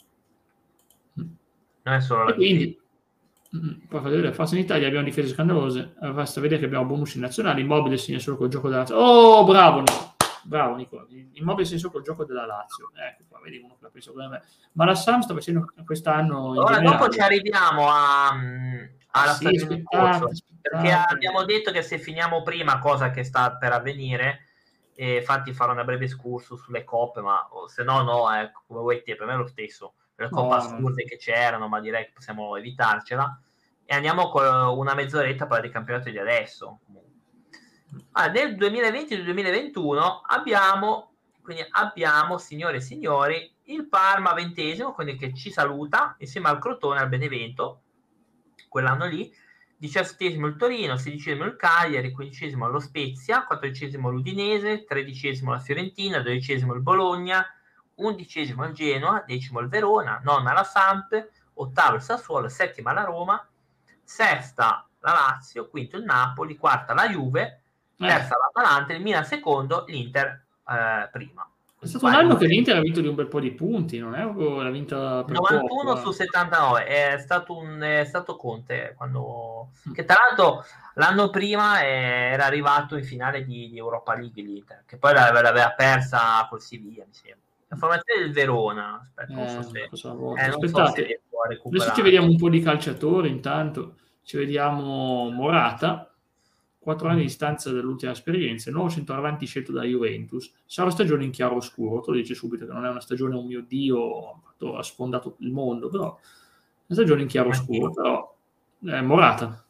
Non è solo la e quindi, difesa. Poi fate vedere, forse in Italia abbiamo difese scandalose, basta vedere che abbiamo bonus in nazionale, Immobile segna solo col gioco della Lazio. Oh, bravo Nico, bravo Nico, Immobile segna solo col gioco della Lazio. Ecco qua, vedi uno che la pensa come me. Ma la Sam sta facendo quest'anno in Ora generale. dopo ci arriviamo a, alla sì, stagione in corso, perché aspettate. abbiamo detto che se finiamo prima, cosa che sta per avvenire, e infatti farò una breve excursus sulle coppe, ma oh, se no no, ecco, come vuoi te, per me è lo stesso. Le coppe No, assurde che c'erano, ma direi che possiamo evitarcela. E andiamo con una mezz'oretta per il campionato di adesso. Ah, nel duemilaventi e duemilaventuno abbiamo, quindi abbiamo, signore e signori, il Parma ventesimo, quindi che ci saluta, insieme al Crotone al Benevento, quell'anno lì, diciassettesimo il Torino, sedicesimo il Cagliari, quindicesimo lo Spezia, quattordicesimo l'Udinese, tredicesimo la Fiorentina, dodicesimo il Bologna, undicesimo il Genoa, decimo il Verona, nona la Samp, ottavo il Sassuolo, settima la Roma, sesta la Lazio, quinto il Napoli, quarta la Juve, terza eh. l'Atalanta, il Milan secondo, l'Inter eh, prima. È stato un anno che l'Inter ha vinto di un bel po' di punti, non è? O l'ha vinta per novantuno poco, su settantanove, è stato, un, è stato Conte quando... Mm. che tra l'altro l'anno prima era arrivato in finale di, di Europa League l'Inter, che poi l'aveva persa col Siviglia, mi sembra. La formazione del Verona, aspetta, non so se, eh, eh, non aspettate, so se adesso ci vediamo un po' di calciatori, intanto ci vediamo Morata, quattro anni di distanza dall'ultima esperienza, nuovo centravanti scelto da Juventus, sarà una stagione in chiaro oscuro, te lo dice subito che non è una stagione, oh mio Dio, ha sfondato il mondo, però una stagione in chiaro oscuro, però eh, Morata.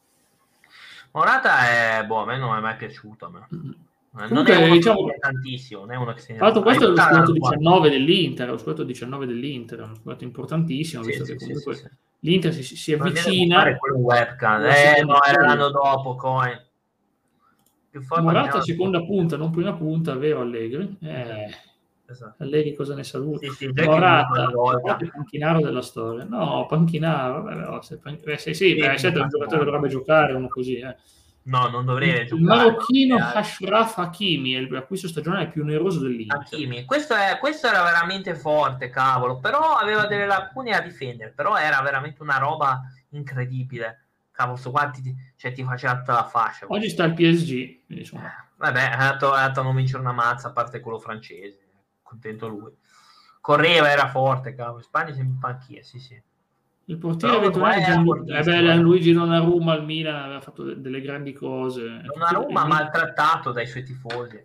Morata è, boh, a me non è mai piaciuto, a me. Mm-hmm. Non Comunque, è uno diciamo, che tantissimo, non è uno che segna. Tra l'altro questo è lo scudetto diciannove dell'Inter, lo scudetto diciannove dell'Inter, è uno scudetto importantissimo, sì, visto sì, che comunque sì, sì. l'Inter si, si avvicina. Fare quello webcam, eh, no, era l'anno dopo, come. più forte Morata seconda punta, non prima punta, vero Allegri? Eh, esatto. Allegri cosa ne saluta? Sì, sì, Morata, il panchinaro della storia. No, panchinaro, vabbè, no, se, eh, sì, sì, beh, è un giocatore che dovrebbe giocare, uno così. Eh. No, non dovrebbe il, giocare. Il marocchino Achraf Hakimi è l'acquisto stagionale più oneroso dell'Inter. Hakimi, questo, è, questo era veramente forte, cavolo, però aveva delle lacune a difendere, però era veramente una roba incredibile. Cavolo, sto qua ti, cioè, ti faceva tutta la fascia. Oggi sta il P S G. Insomma. Vabbè, ha detto, ha detto non vincere una mazza, a parte quello francese. Contento lui. Correva, era forte, cavolo. Spagna sempre in panchina, sì, sì. Il portiere eventuale Gianluigi, eh beh, Luigi Donnarumma al Milan aveva fatto delle grandi cose. Donnarumma maltrattato dai suoi tifosi.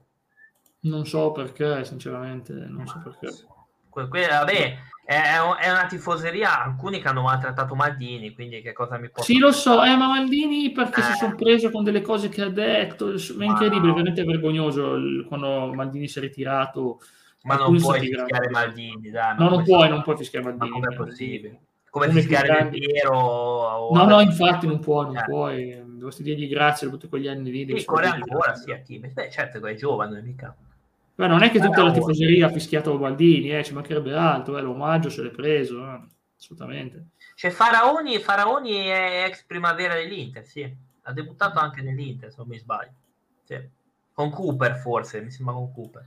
Non so perché, sinceramente, non so perché. Que- que- vabbè, è, è una tifoseria, alcuni che hanno maltrattato Maldini, quindi che cosa mi posso... Sì, lo so, eh, ma Maldini perché eh. si sono preso con delle cose che ha detto, è incredibile, no. Veramente vergognoso il, quando Maldini si è ritirato. Ma non puoi fischiare Maldini, dai. No, non puoi, non puoi fischiare Maldini. Ma com'è possibile? Come fischiare Del Piero? O... No, no, infatti non puoi, non eh. puoi. Dovresti dirgli grazie per tutti quegli anni lì. Sì, corre ancora, sì, a chi? Beh, certo che è giovane, mica. Beh, non è che tutta la tifoseria ha fischiato Maldini, eh, ci mancherebbe altro, eh, l'omaggio se l'è preso, eh, assolutamente. Cioè Faraoni, Faraoni è ex primavera dell'Inter, sì. Ha debuttato anche nell'Inter, se non mi sbaglio. Sì. Con Cooper forse, mi sembra con Cooper.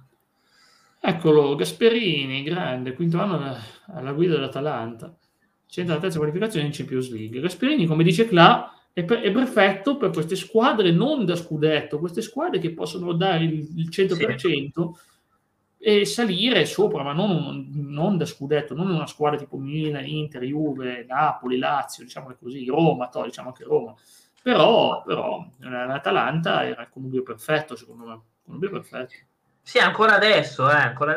Eccolo, Gasperini, grande, quinto anno alla guida dell'Atalanta. C'entra la terza qualificazione in Champions League. Gasperini, come dice Cla, è, per, è perfetto per queste squadre non da scudetto, queste squadre che possono dare il, il cento per cento sì. e salire sopra, ma non, non da scudetto, non una squadra tipo Milan, Inter, Juve, Napoli, Lazio, diciamo così, Roma, to, diciamo anche Roma. Però, però l'Atalanta era il connubio perfetto, secondo me. Il connubio perfetto. Sì, ancora adesso, eh, ancora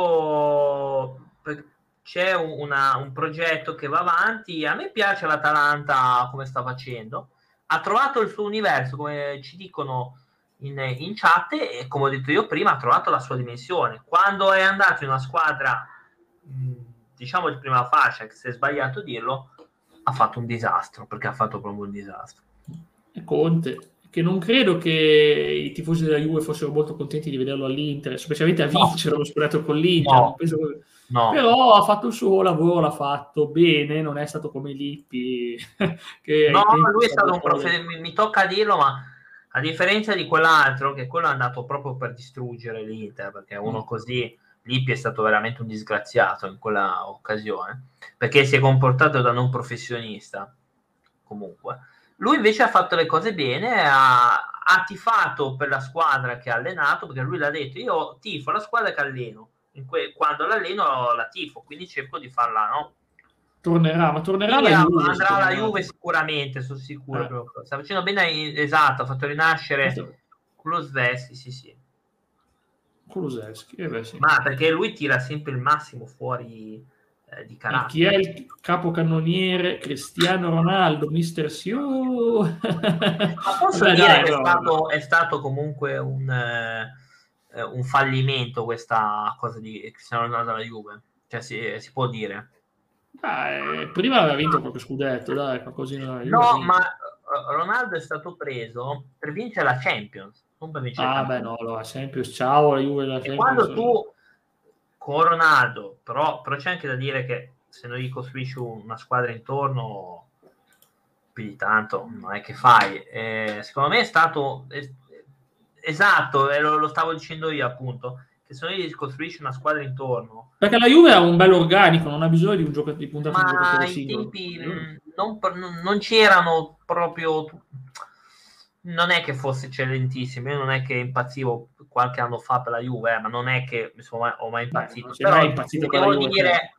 adesso c'è una, un progetto che va avanti. A me piace l'Atalanta come sta facendo. Ha trovato il suo universo, come ci dicono in, in chat, e come ho detto io prima, ha trovato la sua dimensione. Quando è andato in una squadra, diciamo di prima fascia, che si è sbagliato a dirlo, ha fatto un disastro, perché ha fatto proprio un disastro. E Conte, che non credo che i tifosi della Juve fossero molto contenti di vederlo all'Inter, specialmente a vincere no. lo scudetto con l'Inter. No. Non penso che... no. Però ha fatto il suo lavoro, l'ha fatto bene, non è stato come Lippi. Che no, lui è stato un prof... mi, mi tocca dirlo, ma a differenza di quell'altro, che quello è andato proprio per distruggere l'Inter, perché uno mm. così, Lippi è stato veramente un disgraziato in quella occasione, perché si è comportato da non professionista, comunque. Lui invece ha fatto le cose bene, ha, ha tifato per la squadra che ha allenato, perché lui l'ha detto, io tifo la squadra che alleno, in que- quando l'alleno la tifo, quindi cerco di farla, no? Tornerà, ma tornerà la Juve. Andrà alla Juve sicuramente, sono sicuro. Eh. Sta facendo bene, esatto, ha fatto rinascere Kulusevski, sì sì. Kulusevski, eh beh, sì. Ma perché lui tira sempre il massimo fuori eh, di carattere. E chi è il capocannoniere? Cristiano Ronaldo, mister Siu. Ma posso Vabbè, dire dai, che no. è, stato, è stato comunque un, eh, un fallimento questa cosa di Cristiano Ronaldo alla Juve? Cioè si, si può dire? Dai, prima aveva vinto qualche scudetto, dai, qualcosina. No, ma Ronaldo è stato preso per vincere la Champions, non per vincere ah, beh, no, la Champions, ciao, la Juve la e Champions. Quando tu con Ronaldo, però, però c'è anche da dire che se non gli costruisci una squadra intorno, più di tanto non è che fai. Eh, secondo me è stato es- esatto, e lo, lo stavo dicendo io appunto, che se non gli costruisci una squadra intorno, perché la Juve ha un bello organico, non ha bisogno di un giocatore di puntare su un giocatore i singolo. tempi non, non, non c'erano proprio, non è che fosse eccellentissimo, io non è che impazzivo qualche anno fa per la Juve, eh, ma non è che insomma ho mai impazzito. Beh, però mai impazzito per devo la Juve, dire però.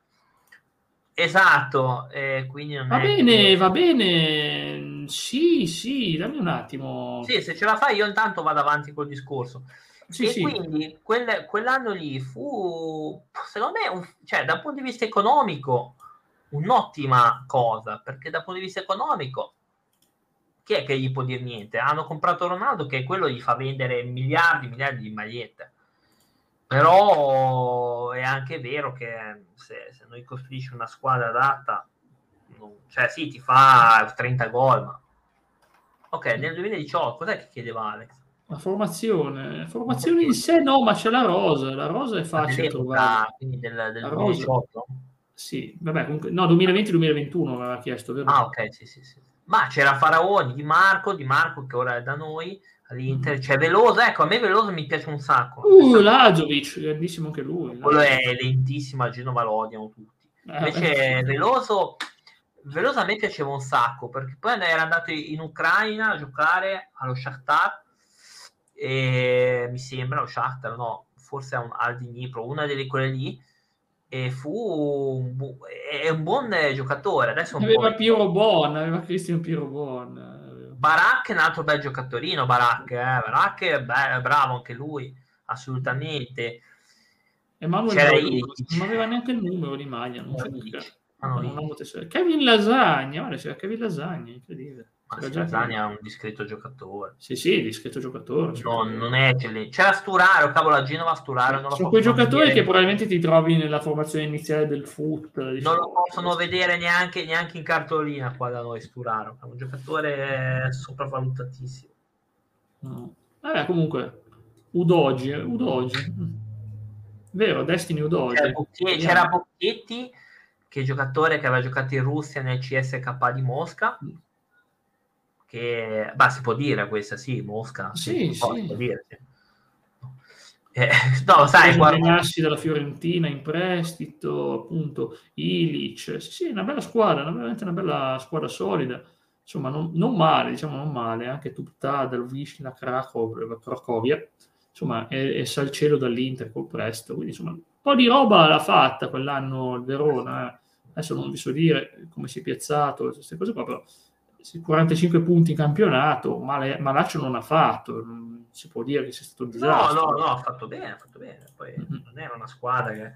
Esatto, eh, quindi non va è bene, che... va bene, sì, sì, dammi un attimo. Sì, se ce la fai io intanto vado avanti col discorso. Sì, e sì. quindi quel, quell'anno lì fu, secondo me, un, cioè dal punto di vista economico, un'ottima cosa, perché dal punto di vista economico, chi è che gli può dire niente? Hanno comprato Ronaldo, che quello gli fa vendere miliardi, miliardi di magliette. Però è anche vero che se, se non costruisci una squadra adatta, non, cioè sì, ti fa trenta gol, ma ok, nel duemiladiciotto, cos'è che chiedeva Alex? La formazione, formazione in sé no, ma c'è la rosa, la rosa è facile da trovare. Quindi del, del La rosa, duemiladiciotto? sì, vabbè, comunque, no, duemilaventi duemilaventuno aveva chiesto, vero? Ah, ok, sì, sì, sì. Ma c'era Faraoni, Di Marco, Di Marco che ora è da noi, all'Inter, c'è Veloso, ecco, a me Veloso mi piace un sacco. Uh, Lazovic, grandissimo anche lui. Quello è lentissimo, a Genova lo odiano tutti. Invece Eh, Veloso... Veloso a me piaceva un sacco perché poi era andato in Ucraina a giocare allo Shakhtar e mi sembra lo Shakhtar, no, forse al Dnipro, una delle quelle lì, e fu un, bu- è un buon giocatore. Adesso un aveva po' Piero Bon, aveva Cristian Piero Bon. Barak è un altro bel giocatorino, Barak, eh. Barak è be- bravo anche lui, assolutamente. Emanuel C'era Baluch, Ilic. non aveva neanche il numero di maglia, non so Ilic. perché. Ah, no, Non amo tesoro. Kevin Lasagna, guarda, c'era Kevin Lasagna, incredibile. Ma C'era sì, già Lasagna è un discreto giocatore. Sì, sì, discreto giocatore. Non, non è eccellente. C'era Sturaro, cavolo, a Genova Sturaro. Non Sono quei giocatori vedere. Che probabilmente ti trovi nella formazione iniziale del foot. Diciamo. Non lo possono vedere neanche, neanche in cartolina qua da noi, Sturaro. È un giocatore sopravvalutatissimo. No. Vabbè, comunque, Udogi, Udogi. Vero, Destiny Udogi. C'era Bocchetti, c'era Bocchetti, che è giocatore che aveva giocato in Russia nel C S K di Mosca. Che, bah, si può dire questa, sì, Mosca. Sì, sì, sì. Si può dire, sì. Eh, no, sai, guarda... dalla Fiorentina in prestito, appunto, Ilic. Sì, sì, una bella squadra, una, veramente una bella squadra solida. Insomma, non, non male, diciamo non male, anche Tupta, Dalvishna, Cracovia, insomma, è, è Salcello dall'Inter col Presto, quindi insomma, un po' di roba l'ha fatta quell'anno il Verona, eh. Adesso non vi so dire come si è piazzato, queste cose qua, però quarantacinque punti in campionato, male, malaccio non ha fatto, non si può dire che sia stato un disastro. No, no, no, ha fatto bene, ha fatto bene, poi mm-hmm. non era una squadra che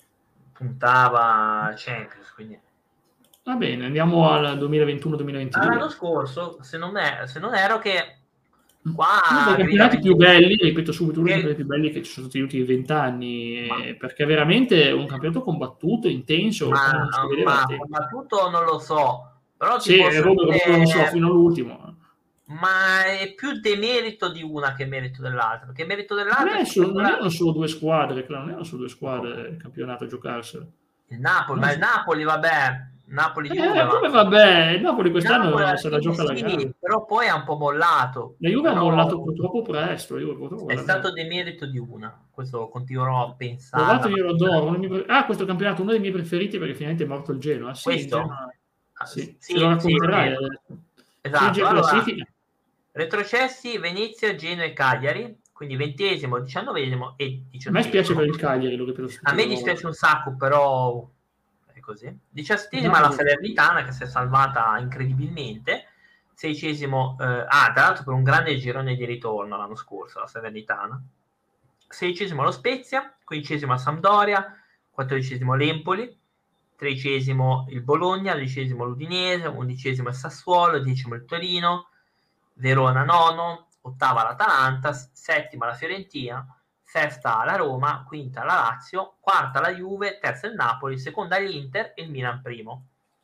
puntava a Champions, quindi... Va bene, andiamo al duemilaventuno duemilaventidue. L'anno scorso, se non, è, se non ero che qua... Uno dei campionati più belli, ripeto subito, uno dei campionati più belli che ci sono stati negli ultimi vent'anni, ma... perché è veramente un campionato combattuto, intenso. Ma, ma combattuto non lo so, però sì, posso Roma, dire... non lo so, fino all'ultimo. Ma è più demerito di una che merito dell'altra, perché merito dell'altra... Non, solo, non erano solo due squadre, non erano solo due squadre il campionato a giocarselo. Il Napoli, non ma so. Il Napoli, vabbè... Napoli eh, Juve, come vabbè, il Napoli quest'anno Napoli, se la gioca sì, la gara. Però poi ha un po' mollato. La Juve ha mollato purtroppo presto. La Juve purtroppo è stato demerito di una, questo continuerò a pensare. Io lo adoro, miei... Ah, questo campionato uno dei miei preferiti perché finalmente è morto il Genoa. Sì, questo? Genoa... Ah, sì, sì, ce lo racconterai. Sì, esatto, allora, retrocessi Venezia, Genoa e Cagliari, quindi ventesimo, diciannovesimo e diciottesimo. A me spiace per il Cagliari, lo ripeto. A me dispiace un sacco, però... così. Diciassettesima la Salernitana che si è salvata incredibilmente, sedicesimo eh, ah tra l'altro per un grande girone di ritorno l'anno scorso la Salernitana, sedicesimo lo Spezia, quindicesimo la Sampdoria, quattordicesimo l'Empoli, tredicesimo il Bologna, dodicesimo l'Udinese, undicesimo il Sassuolo, decimo il Torino, Verona nono, ottava l'Atalanta, settima la Fiorentina, sesta la Roma, quinta la Lazio, quarta la Juve, terza il Napoli, seconda l'Inter e il Milan primo.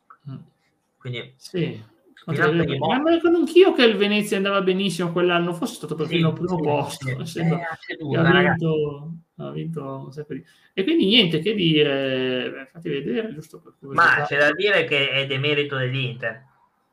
Quindi sì, Milan primo. Ma ricordo anch'io che il Venezia andava benissimo quell'anno, fosse stato perfino al sì, primo sì, posto. Sì. Eh, ceduta, ha, vinto, ha vinto un sacco di... E quindi niente che dire, fatti vedere giusto per ma c'è da dire che è demerito dell'Inter.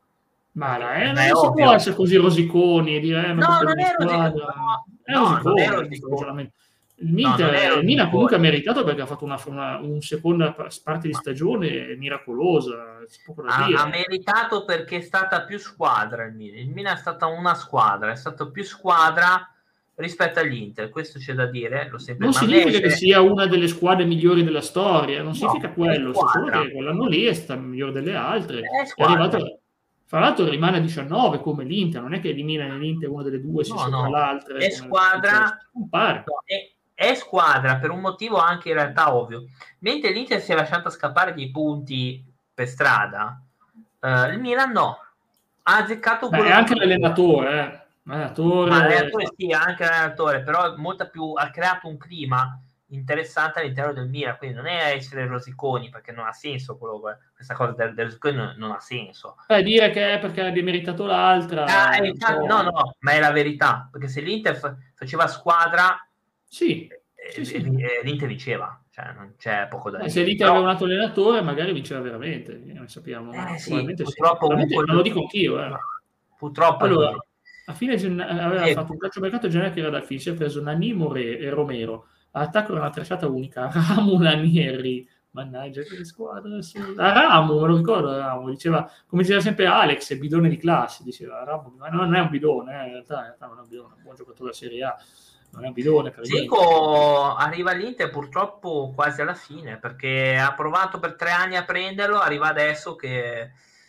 Ma la, eh, non si può essere così rosiconi e dire eh, ma no, non è rosicone, è rosicone. Il Milan no, comunque ha meritato perché ha fatto una, una, una seconda parte di stagione miracolosa. Ha, ha meritato perché è stata più squadra il Milan. Il Milan è stata una squadra, è stato più squadra rispetto all'Inter, questo c'è da dire. Lo sempre non significa invece... che sia una delle squadre migliori della storia, non no, significa quello, solo che quell'anno lì è stata migliore delle altre. È, è arrivato... Fra l'altro rimane a diciannove come l'Inter, non è che il Milan e l'Inter una delle due si no, sopra no. l'altra. È squadra, no, è, è squadra per un motivo anche in realtà ovvio. Mentre l'Inter si è lasciata scappare dei punti per strada, uh, il Milan no. Ha azzeccato quello. Beh, anche l'allenatore, eh. L'allenatore, Ma l'allenatore sì, anche l'allenatore, però molta più, ha creato un clima interessante all'interno del Milan, quindi non è essere rosiconi, perché non ha senso quello, questa cosa del, del rosiconi non, non ha senso. Eh, dire che è perché ha demeritato l'altra... Ah, infatti, no, no, ma è la verità, perché se l'Inter fa- faceva squadra, sì, eh, sì, sì. eh, l'Inter vinceva, cioè non c'è poco da Ma dire. se l'Inter Però, aveva un altro allenatore magari vinceva veramente, non sappiamo, ma eh, sì, probabilmente sì. purtroppo Probabilmente, comunque- ma lo dico anch'io. Eh. Purtroppo è Allora, così. a fine gennaio aveva Sì. fatto un calciomercato generale che era dal Fici, ha preso Nani More e Romero, all'attacco era una tracciata unica, Ramu, Nanieri, mannaggia che squadra, a Ramu, me lo ricordo, Ramu, diceva, come diceva sempre Alex, il bidone di classe, diceva Ramu, ma non è un bidone, eh, in, realtà, in realtà non è un bidone, è un buon giocatore della Serie A, non è un bidone per niente. Zico arriva all'Inter purtroppo quasi alla fine, perché ha provato per tre anni a prenderlo, arriva adesso che,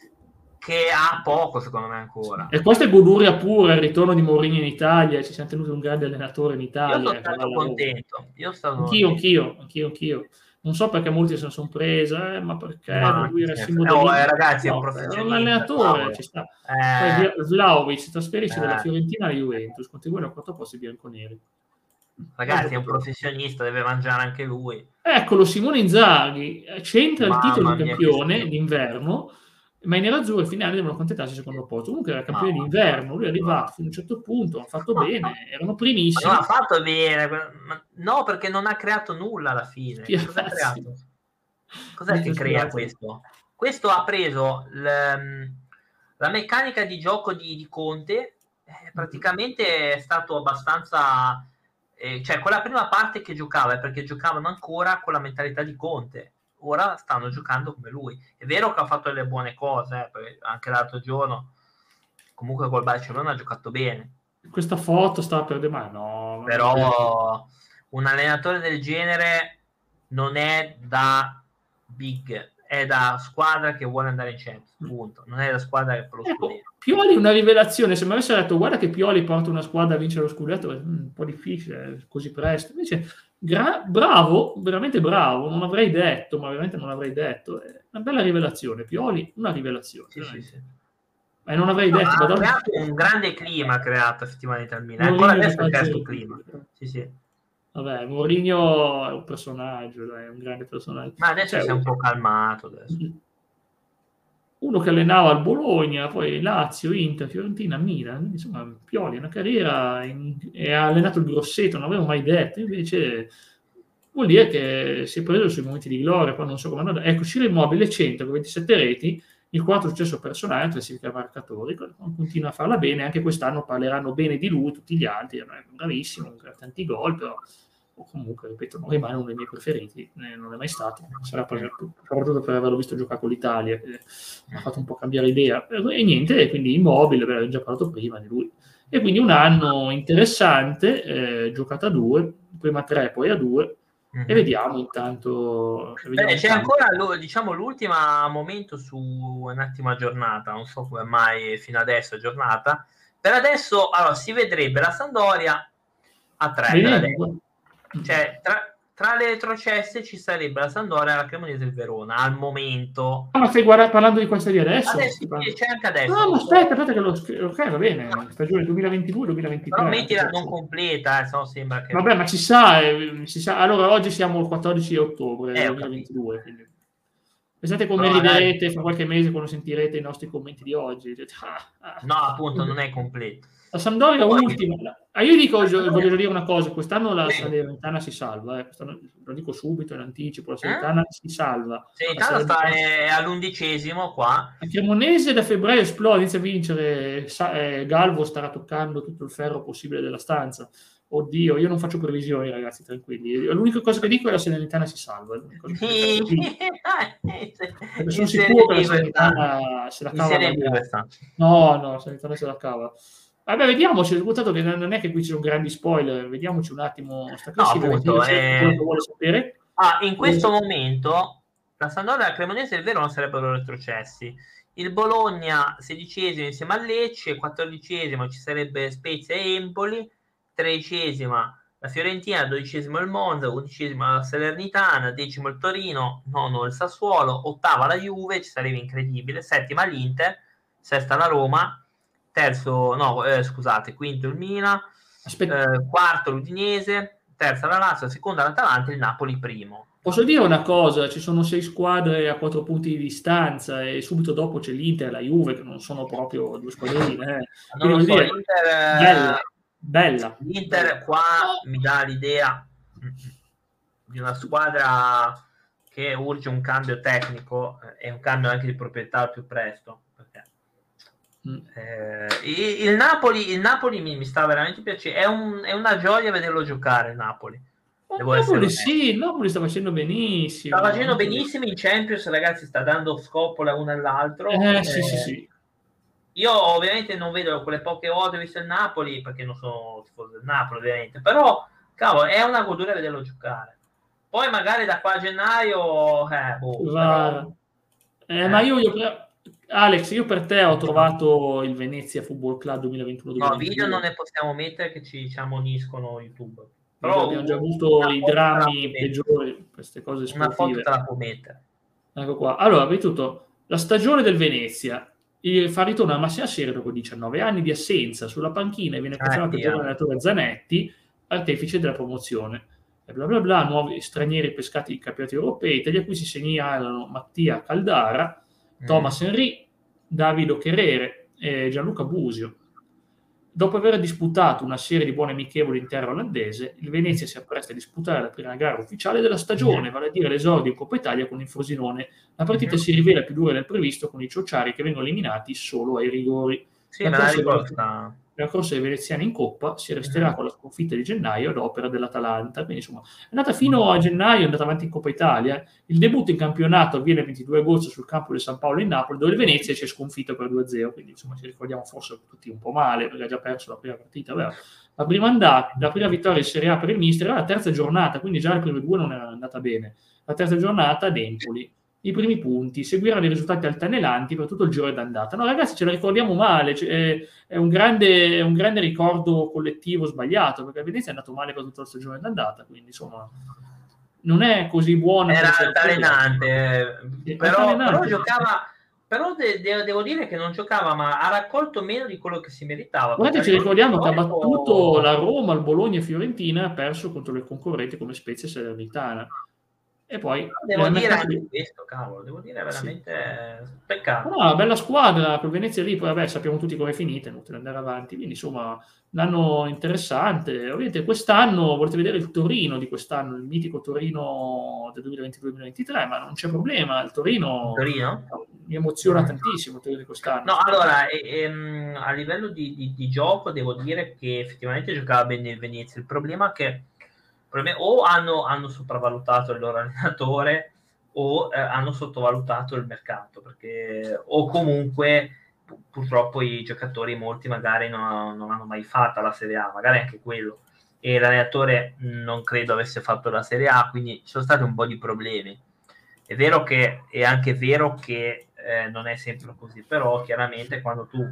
che ha poco secondo me ancora. E questo è goduria pura, il ritorno di Mourinho in Italia, ci siamo tenuti un grande allenatore in Italia. Io sono stato contento. Io stato anch'io, anch'io, anch'io, anch'io. Non so perché molti se ne sono prese, eh, ma perché no, lui era il certo. simbolo Oh, del... eh, ragazzi, no, è un professionista. È un allenatore, ci sta. Eh, Poi Vlahovic si trasferisce eh. dalla Fiorentina alla Juventus, contribuendo a quattro posti bianconeri. Ragazzi, è un professionista, deve mangiare anche lui. Eccolo, Simone Inzaghi, c'entra il titolo Mamma di mia, campione che d'inverno, ma i nerazzurri al finale devono accontentarsi al secondo posto. Comunque era campione Mamma d'inverno, lui è arrivato fino a un certo punto, ha fatto bene, erano primissimi. Ma non ha fatto bene, ma no, perché non ha creato nulla alla fine. Spiazzi. Cosa ha creato? Cos'è che crea questo? Questo ha preso l, la meccanica di gioco di, di Conte, eh, praticamente è stato abbastanza... Eh, cioè, quella prima parte che giocava è perché giocavano ancora con la mentalità di Conte. Ora stanno giocando come lui. È vero che ha fatto delle buone cose, eh, anche l'altro giorno, comunque col Barcellona ha giocato bene. Questa foto stava per ma no. Però un allenatore del genere non è da big, è da squadra che vuole andare in Champions, punto. Non è da squadra che per lo ecco, scudetto. Pioli è una rivelazione. Se mi avesse detto guarda che Pioli porta una squadra a vincere lo scudetto, è un po' difficile così presto. Invece gra- bravo, veramente bravo, non avrei detto, ma veramente non avrei detto. È una bella rivelazione, Pioli, una rivelazione. Sì, sì, sì. E non avrei no, detto, ha Madonna, creato un grande clima, ha creato effettivamente al Milan. Ancora adesso è questo clima. Sì, sì. Vabbè, Mourinho è un personaggio, dai, è un grande personaggio. Ma adesso cioè, si è un po' calmato. Adesso. Uno che allenava al Bologna, poi Lazio, Inter, Fiorentina, Milan, insomma, Pioli, una carriera in, e ha allenato il Grosseto, non avevo mai detto, invece vuol dire che si è preso sui momenti di gloria, poi non so come andare. Ecco, Ciro Immobile cento con ventisette reti, il quarto successo personale, classifica marcatori, continua a farla bene, anche quest'anno parleranno bene di lui, tutti gli altri, è bravissimo, ha tanti gol, però o comunque, ripeto, non rimane uno dei miei preferiti, eh, non è mai stato, sarà soprattutto per averlo visto giocare con l'Italia, che mi ha fatto un po' cambiare idea, e niente, quindi Immobile, abbiamo già parlato prima di lui, e quindi un anno interessante, eh, giocato a due, prima a tre, poi a due, mm-hmm. e vediamo intanto... Vediamo Beh, c'è intanto. ancora, diciamo, l'ultimo momento su un'ottima giornata, non so come mai fino adesso è giornata, per adesso, allora, si vedrebbe la Sampdoria a tre, cioè tra, tra le retrocesse ci sarebbe la Sampdoria, la Cremonese e il Verona al momento. Ah, ma stai guarda, parlando di questa di adesso? Adesso c'è anche adesso. No, ma aspetta, aspetta che lo ok, va bene, stagione duemilaventidue duemilaventitré. Però mettila non completa, eh, se no sembra che... Vabbè, ma ci sa, eh, si sa, allora oggi siamo il quattordici ottobre eh, duemilaventidue, quindi pensate come però riderete fra qualche mese quando sentirete i nostri commenti di oggi. Ah, ah. No, appunto, non è completo. La Sampdoria poi, ultima. Ah, io dico, voglio dire una cosa, quest'anno la Salernitana si salva, eh. Lo dico subito in anticipo, la Salernitana eh? si salva. Salernitana sta è all'undicesimo qua. La Cremonese da febbraio esplode, inizia a vincere, eh, Galvo starà toccando tutto il ferro possibile della stanza. Oddio, io non faccio previsioni, ragazzi, tranquilli. L'unica cosa che dico è che la Salernitana si salva. Sì. Perché sono sicuro che la Salernitana se la cava. No, no, la Salernitana se la cava. Vabbè, vediamoci, risultato che non è che qui ci sono grandi spoiler, vediamoci un attimo sta classifica, no, appunto, eh... quello che vuole sapere. Ah, in questo eh... momento la Sampdoria, la Cremonese e il Verona sarebbero retrocessi. Il Bologna sedicesimo insieme al Lecce, quattordicesimo ci sarebbe Spezia e Empoli, tredicesima la Fiorentina, dodicesimo il Monza, undicesima la Salernitana, decimo il Torino, nono il Sassuolo, ottava la Juve, ci sarebbe incredibile, settima l'Inter, sesta la Roma, terzo, no, eh, scusate, quinto il Milan, eh, quarto l'Udinese, terza la Lazio, seconda l'Atalanta e il Napoli primo. Posso dire una cosa, ci sono sei squadre a quattro punti di distanza e subito dopo c'è l'Inter e la Juve, che non sono proprio due squadrine. Eh. Non lo so, dire, l'Inter, bella, bella. L'Inter qua mi dà l'idea di una squadra che urge un cambio tecnico e un cambio anche di proprietà al più presto. Perché mm. eh, il Napoli, il Napoli mi, mi sta veramente piacendo, è, un, è una gioia vederlo giocare il Napoli. Il Napoli, sì, il Napoli sta facendo benissimo. Sta facendo benissimo in Champions, ragazzi, sta dando scopola l'uno all'altro. Eh, eh, sì, sì, sì. Io ovviamente non vedo quelle poche volte visto il Napoli, perché non sono tifoso del Napoli, ovviamente, però, cavolo, è una goduria vederlo giocare. Poi magari da qua a gennaio... Eh, boh, però... eh, eh. Ma io, io per... Alex, io per te ho trovato il Venezia Football Club duemilaventuno duemilaventidue. No, video non ne possiamo mettere che ci, ci ammoniscono YouTube. Però abbiamo già avuto i drammi peggiori, queste cose sportive. Una foto te la può mettere. Ecco qua. Allora, tutto, la stagione del Venezia fa ritorno alla massima serie dopo diciannove anni di assenza sulla panchina e viene confermato il giovane allenatore Zanetti, artefice della promozione. E bla bla bla, nuovi stranieri pescati in campionati europei, tra gli acquisti segnalano Mattia Caldara, mm. Thomas Henry, Davido Cherere e Gianluca Busio. Dopo aver disputato una serie di buone amichevoli in terra olandese, il Venezia si appresta a disputare la prima gara ufficiale della stagione, vale a dire l'esordio in Coppa Italia con il Frosinone. La partita si rivela più dura del previsto con i ciociari che vengono eliminati solo ai rigori. Sì, la, corsa la corsa dei veneziani in Coppa si resterà mm-hmm. con la sconfitta di gennaio ad opera dell'Atalanta. Quindi insomma è andata fino a gennaio, è andata avanti in Coppa Italia. Il debutto in campionato avviene il ventidue agosto sul campo del San Paolo in Napoli, dove il Venezia ci è sconfitto per due a zero. Quindi insomma ci ricordiamo forse tutti un po' male perché ha già perso la prima partita. Beh, la prima andata, la prima vittoria in Serie A per il mister era la terza giornata, quindi già le prime due non era andata bene. La terza giornata ad Empoli. I primi punti, seguiranno i risultati altalenanti per tutto il giro d'andata. No, ragazzi, ce la ricordiamo male, cioè, è, un grande, è un grande ricordo collettivo sbagliato, perché Venezia è andato male per tutta la stagione d'andata, quindi insomma non è così buona. Era altalenante, eh, però, altalenante. però giocava, però de- de- devo dire che non giocava, ma ha raccolto meno di quello che si meritava. Guardate, ci ricordiamo che ha battuto la Roma, il Bologna e Fiorentina e ha perso contro le concorrenti come Spezia e Salernitana. E poi devo dire anche di... questo, cavolo, devo dire veramente sì. Peccato. No, una bella squadra col Venezia lì, poi vabbè, sappiamo tutti come è finita, è inutile andare avanti, quindi insomma l'anno interessante. Ovviamente quest'anno volete vedere il Torino di quest'anno, il mitico Torino del duemilaventidue duemilaventitré, ma non c'è problema, il Torino, il Torino? mi emoziona mm. tantissimo il Torino di quest'anno. No, allora e, e, a livello di, di, di gioco devo dire che effettivamente giocava bene il Venezia, il problema è che o hanno, hanno sopravvalutato il loro allenatore o eh, hanno sottovalutato il mercato, perché o comunque pu- purtroppo i giocatori molti magari non, non hanno mai fatto la Serie A, magari anche quello, e l'allenatore non credo avesse fatto la Serie A, quindi ci sono stati un po' di problemi. È vero che è anche vero che eh, non è sempre così, però chiaramente quando tu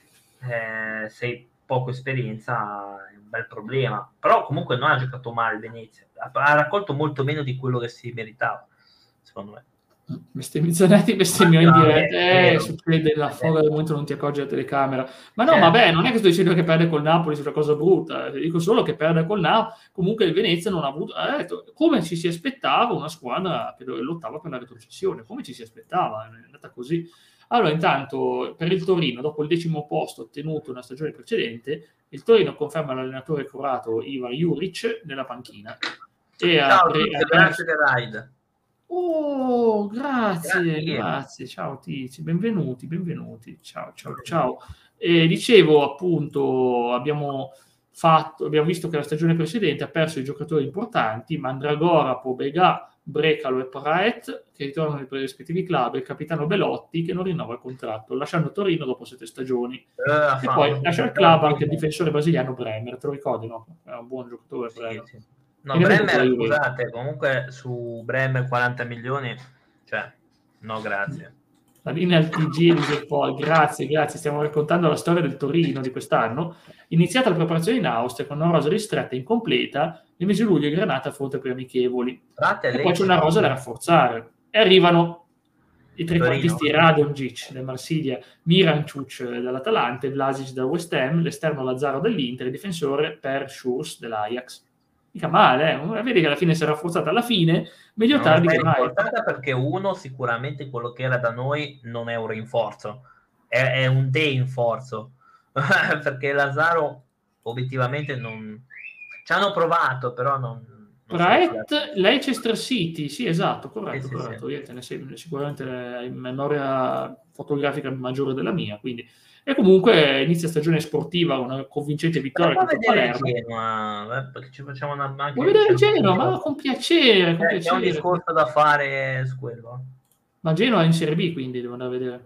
eh, sei poco esperienza è un bel problema, però comunque non ha giocato male il Venezia, ha, ha raccolto molto meno di quello che si meritava, secondo me. Bestemmizzanetti, bestemmio in diretta, eh, succede la foga del momento non ti accorgi della telecamera, ma no, certo. Vabbè, non è che sto dicendo che perde col Napoli sia una cosa brutta, dico solo che perde col Napoli, comunque il Venezia non ha avuto, ha detto, come ci si aspettava una squadra che lottava per la retrocessione, come ci si aspettava, è andata così. Allora, intanto, per il Torino, dopo il decimo posto ottenuto nella stagione precedente, il Torino conferma l'allenatore croato Ivan Juric nella panchina. E ciao, pre- tutti, grazie per Ride. Oh, grazie, grazie, grazie. Ciao Tizi, benvenuti, benvenuti. Ciao, ciao, ciao. E dicevo, appunto, abbiamo fatto, abbiamo visto che la stagione precedente ha perso i giocatori importanti, Mandragora, Pobega, Brecalo e Praet, che ritornano nei rispettivi club, e il capitano Belotti, che non rinnova il contratto, lasciando Torino dopo sette stagioni. Uh, e poi lascia il club anche il difensore brasiliano Bremer, te lo ricordi, no? È un buon giocatore, sì, Bremer. sì. No, Bremer, scusate, comunque su Bremer quaranta milioni, cioè, no grazie. La linea al T G dice poi, grazie, grazie, stiamo raccontando la storia del Torino di quest'anno. Iniziata la preparazione in Austria con una rosa ristretta e incompleta, nel mese di luglio il Granata affronta i primi amichevoli. Frate, e poi c'è una rosa da rafforzare. E arrivano i trequartisti Radonjic del Marsiglia, Miranciuc dall'Atalanta, Vlasic del West Ham, l'esterno Lazzaro dell'Inter, il difensore Per Schurz dell'Ajax. mica male, eh. Vedi che alla fine si è rafforzata alla fine, meglio non tardi è che mai. rafforzata perché uno, sicuramente quello che era da noi non è un rinforzo, è, è un deinforzo, perché Lazaro obiettivamente non... ci hanno provato, però non... non Pratt, Leicester City, sì, esatto, corretto, sì, corretto. sì, Io te ne sei sicuramente in memoria fotografica maggiore della mia, quindi. E comunque inizia stagione sportiva, una convincente vittoria contro Palermo. Genoa, eh, perché ci facciamo una macchina. Vuoi vedere Genoa? Ma con piacere, con eh, piacere. C'è un discorso da fare su quello. Ma Genoa è in Serie B, quindi devo andare a vedere.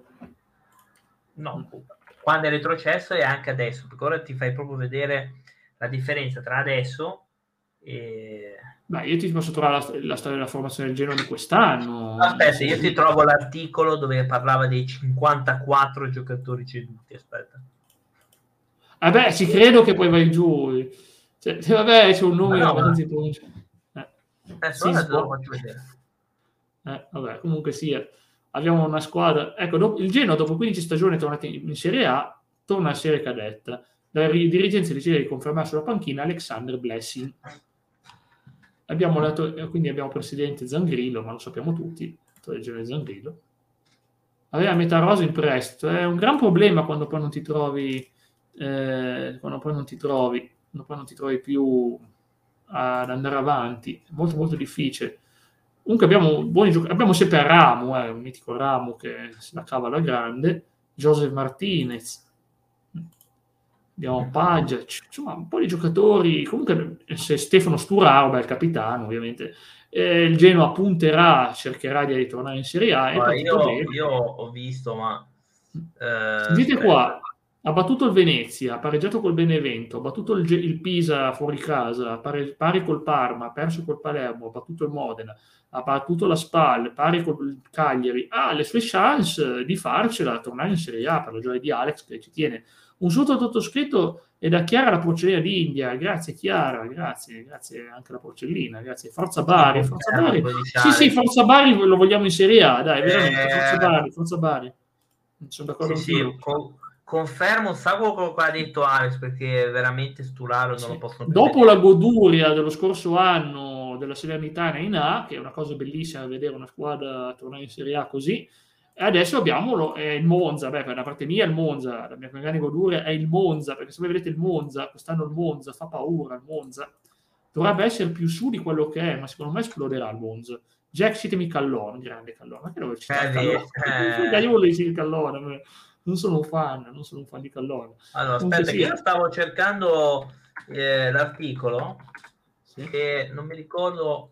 No, quando è retrocesso e anche adesso, perché ora ti fai proprio vedere la differenza tra adesso e... Beh, io ti posso trovare la, la storia della formazione del Genoa di quest'anno. Aspetta, io ti trovo l'articolo dove parlava dei cinquantaquattro giocatori ceduti. Aspetta. Vabbè, ci credo che poi vai giù. Cioè, vabbè, c'è un nome no, abbastanza ma... impronunciabile. Eh. Adesso te lo faccio vedere. Eh, vabbè, comunque sia. Abbiamo una squadra. Ecco, dopo, il Genoa dopo quindici stagioni è tornato in, in Serie A, torna a Serie Cadetta. La dirigenza decide di confermare sulla panchina Alexander Blessing. Abbiamo lato, quindi abbiamo presidente Zangrillo, ma lo sappiamo tutti, il genere Zangrillo. Aveva metà rosa in prestito, è un gran problema quando poi non ti trovi, eh, quando poi non ti trovi, quando poi non ti trovi più ad andare avanti, è molto molto difficile. Comunque abbiamo buoni giocatori, abbiamo sempre Ramu, eh, un mitico Ramu che se la cava alla grande, Joseph Martinez, abbiamo Pagic, insomma un po' di giocatori, comunque se Stefano Sturaro è il capitano ovviamente, eh, il Genoa punterà, cercherà di ritornare in Serie A. Ma io, io ho visto, ma... Eh, Dite qua, ha battuto il Venezia, ha pareggiato col Benevento, ha battuto il, il Pisa fuori casa, pari, pari col Parma, ha perso col Palermo, ha battuto il Modena, ha battuto la Spal, pari col Cagliari, ha le sue chance di farcela, tornare in Serie A per la gioia di Alex che ci tiene. Un saluto sottoscritto e da Chiara la porcellina d'India, grazie Chiara, grazie, grazie anche la porcellina, grazie, forza Bari, forza Bari, sì sì, forza Bari lo vogliamo in Serie A, dai, veramente, eh... forza Bari, forza Bari, sono d'accordo sì, sì, con, confermo un sacco quello che ha detto Alex, perché veramente Sturaro non sì. lo possono dopo vedere. La goduria dello scorso anno della Salernitana in A, che è una cosa bellissima vedere una squadra tornare in Serie A così. E adesso abbiamo lo, eh, il Monza, beh, per la parte mia il Monza, la mia grande goduria è il Monza, perché se voi vedete il Monza, quest'anno il Monza fa paura, il Monza dovrebbe essere più su di quello che è, ma secondo me esploderà il Monza. Jack, citemi Callone, grande Callone, ma che dove ci sta eh, Callone? Eh. Io volevo dire Callone, non sono un fan, non sono un fan di Callone. Allora, comunque aspetta, che io stavo cercando eh, l'articolo, sì. E non mi ricordo...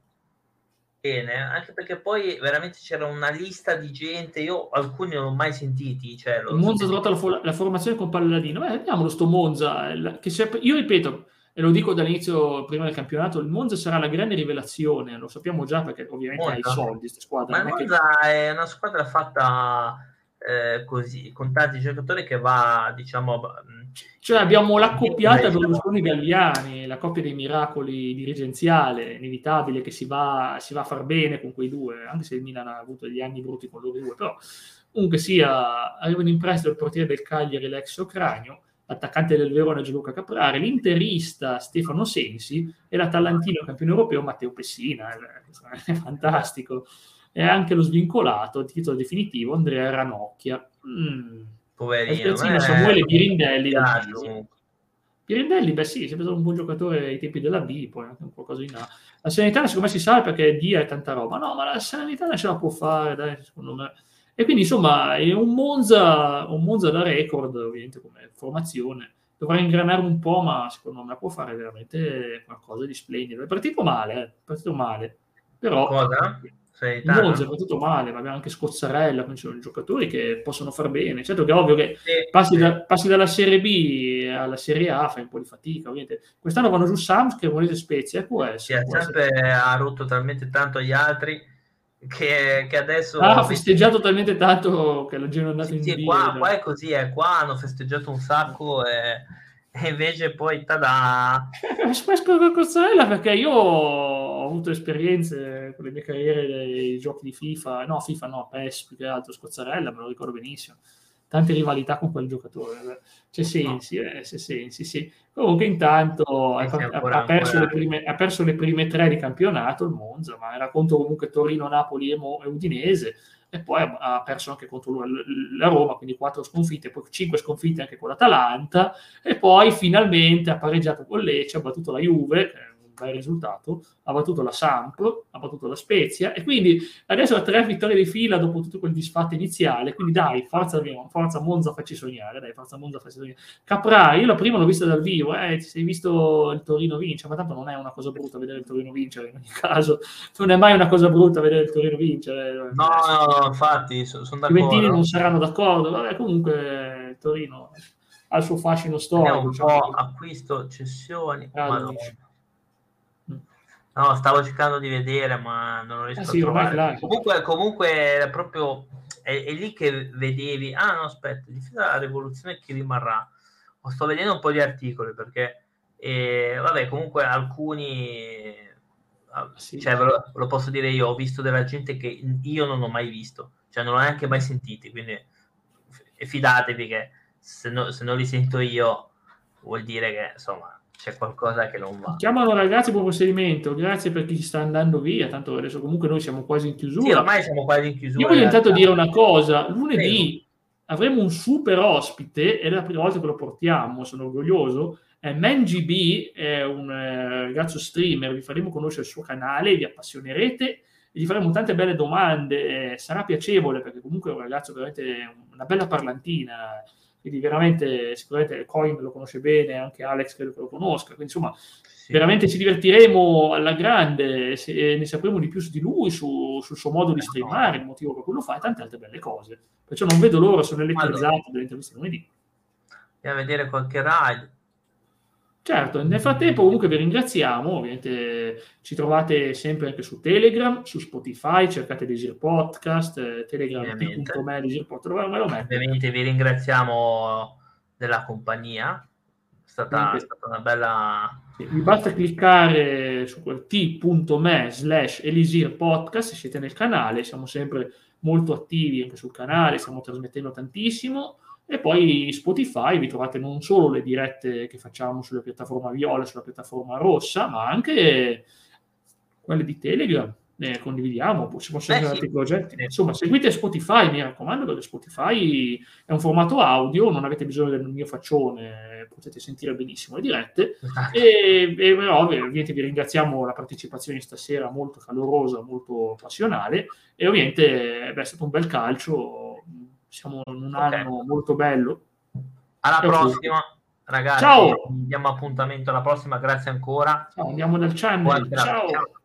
bene, anche perché poi veramente c'era una lista di gente, io alcuni non l'ho mai sentiti. Cioè, il Monza ha trovato la, for- la formazione con Palladino, beh, vediamolo sto Monza, che se, io ripeto, e lo dico dall'inizio prima del campionato, il Monza sarà la grande rivelazione, lo sappiamo già perché ovviamente Monza. Ha i soldi questa squadra. Ma il Monza è, che... è una squadra fatta eh, così, con tanti giocatori che va, diciamo... Cioè abbiamo l'accoppiata Berlusconi-Galliani, la coppia dei miracoli dirigenziale, inevitabile che si va, si va a far bene con quei due, anche se il Milan ha avuto degli anni brutti con loro due, però comunque sia, arrivano in prestito il portiere del Cagliari, l'ex Ocranio, l'attaccante del Verona Gianluca Caprari, l'interista Stefano Sensi e l'Atalantino campione europeo Matteo Pessina, è fantastico. E anche lo svincolato, il titolo definitivo, Andrea Ranocchia. Mm. Poverino, eh, Samuele Pirindelli del Pirindelli, beh sì, è sempre stato un buon giocatore ai tempi della B, poi anche un qualcosa in A. La Salernitana secondo me si sa perché D è tanta roba, no, ma la Salernitana ce la può fare, dai, secondo me. E quindi insomma è un Monza, un Monza da record, ovviamente come formazione. Dovrà ingranare un po', ma secondo me può fare veramente qualcosa di splendido. È partito male, eh, è partito male, però... Cosa? Il Monza è partito male, ma abbiamo anche Scozzarella, quindi sono giocatori che possono far bene. Certo che è ovvio che sì, passi, sì. Da, passi dalla Serie B alla Serie A, fai un po' di fatica, ovviamente. Quest'anno vanno giù Sams che Molise Spezia, può essere. Sì, può sempre essere. Ha rotto talmente tanto gli altri che, che adesso... Ah, ha festeggiato talmente tanto che la Genoa è andata sì, in sì, B. Qua, qua è così, è qua hanno festeggiato un sacco e, e invece poi tada! Spesco con Cozzarella perché io ho avuto esperienze con le mie carriere dei giochi di FIFA, no FIFA no, P E S più che altro, Scozzarella me lo ricordo benissimo, tante rivalità con quel giocatore. C'è Sensi, eh, c'è Sensi, sì. Comunque intanto ha, ancora, ha, perso ancora... le prime, ha perso le prime tre di campionato il Monza, ma era contro comunque Torino, Napoli e, Mo, e Udinese, e poi ha, ha perso anche contro la Roma, quindi quattro sconfitte, poi cinque sconfitte anche con l'Atalanta, e poi finalmente ha pareggiato con Lecce, ha battuto la Juve, bel risultato, ha battuto la Samp, ha battuto la Spezia, e quindi adesso ha tre vittorie di fila dopo tutto quel disfatto iniziale, quindi dai, forza, forza Monza, facci sognare, dai, forza Monza, facci sognare. Caprari, io la prima l'ho vista dal vivo, eh, ti sei visto il Torino vincere, ma tanto non è una cosa brutta vedere il Torino vincere, in ogni caso, non è mai una cosa brutta vedere il Torino vincere. No, no, no, infatti, sono d'accordo. I Juventini non saranno d'accordo, vabbè, comunque il Torino ha il suo fascino storico. Un diciamo. po' acquisto, cessioni, Ah, no, stavo cercando di vedere, ma non lo riesco eh sì, a trovare. Comunque, comunque era proprio è, è lì che vedevi. Ah, no, aspetta, difesa della rivoluzione chi rimarrà. Sto vedendo un po' di articoli perché, eh, vabbè, comunque alcuni, sì. Cioè, ve lo, ve lo posso dire io, ho visto della gente che io non ho mai visto, cioè non l'ho neanche mai sentiti, quindi fidatevi che se, no, se non li sento io vuol dire che, insomma, c'è qualcosa che non va. Chiamano ragazzi, buon procedimento, grazie per chi sta andando via, tanto adesso comunque noi siamo quasi in chiusura. Sì, ormai siamo quasi in chiusura. Io voglio intanto dire una cosa, lunedì sì. avremo un super ospite, è la prima volta che lo portiamo, sono orgoglioso, è ManGB, è un eh, ragazzo streamer, vi faremo conoscere il suo canale, vi appassionerete, e gli faremo tante belle domande, eh, sarà piacevole perché comunque è un ragazzo veramente una bella parlantina, quindi veramente sicuramente Coin lo conosce bene, anche Alex credo che lo conosca, quindi insomma sì. veramente ci divertiremo alla grande, se ne sapremo di più su di lui, su, sul suo modo di streamare, il motivo per cui lo fa e tante altre belle cose, perciò non vedo l'ora, sono elettrizzato allora. delle interviste lunedì. Andiamo a vedere qualche ride. Certo, nel frattempo comunque vi ringraziamo, ovviamente ci trovate sempre anche su Telegram, su Spotify, cercate Desir Podcast, eh, Telegram punto me Desir Podcast, ovviamente vi ringraziamo della compagnia, è stata, è stata una bella... Sì, vi basta cliccare su quel t punto me slash Elisir Podcast, siete nel canale, siamo sempre molto attivi anche sul canale, stiamo trasmettendo tantissimo. E poi Spotify vi trovate non solo le dirette che facciamo sulla piattaforma viola, sulla piattaforma rossa, ma anche quelle di Telegram, ne condividiamo, si possono fare altri progetti. Insomma, seguite Spotify, mi raccomando, perché Spotify è un formato audio, non avete bisogno del mio faccione, potete sentire benissimo le dirette. e, e però ovviamente vi ringraziamo la partecipazione stasera molto calorosa, molto passionale, e ovviamente beh, è stato un bel calcio. Siamo in un okay. anno molto bello. Alla e prossima, tutto. Ragazzi. Ciao. Diamo appuntamento alla prossima, grazie ancora. Ciao, andiamo dal channel. Ciao. Ciao.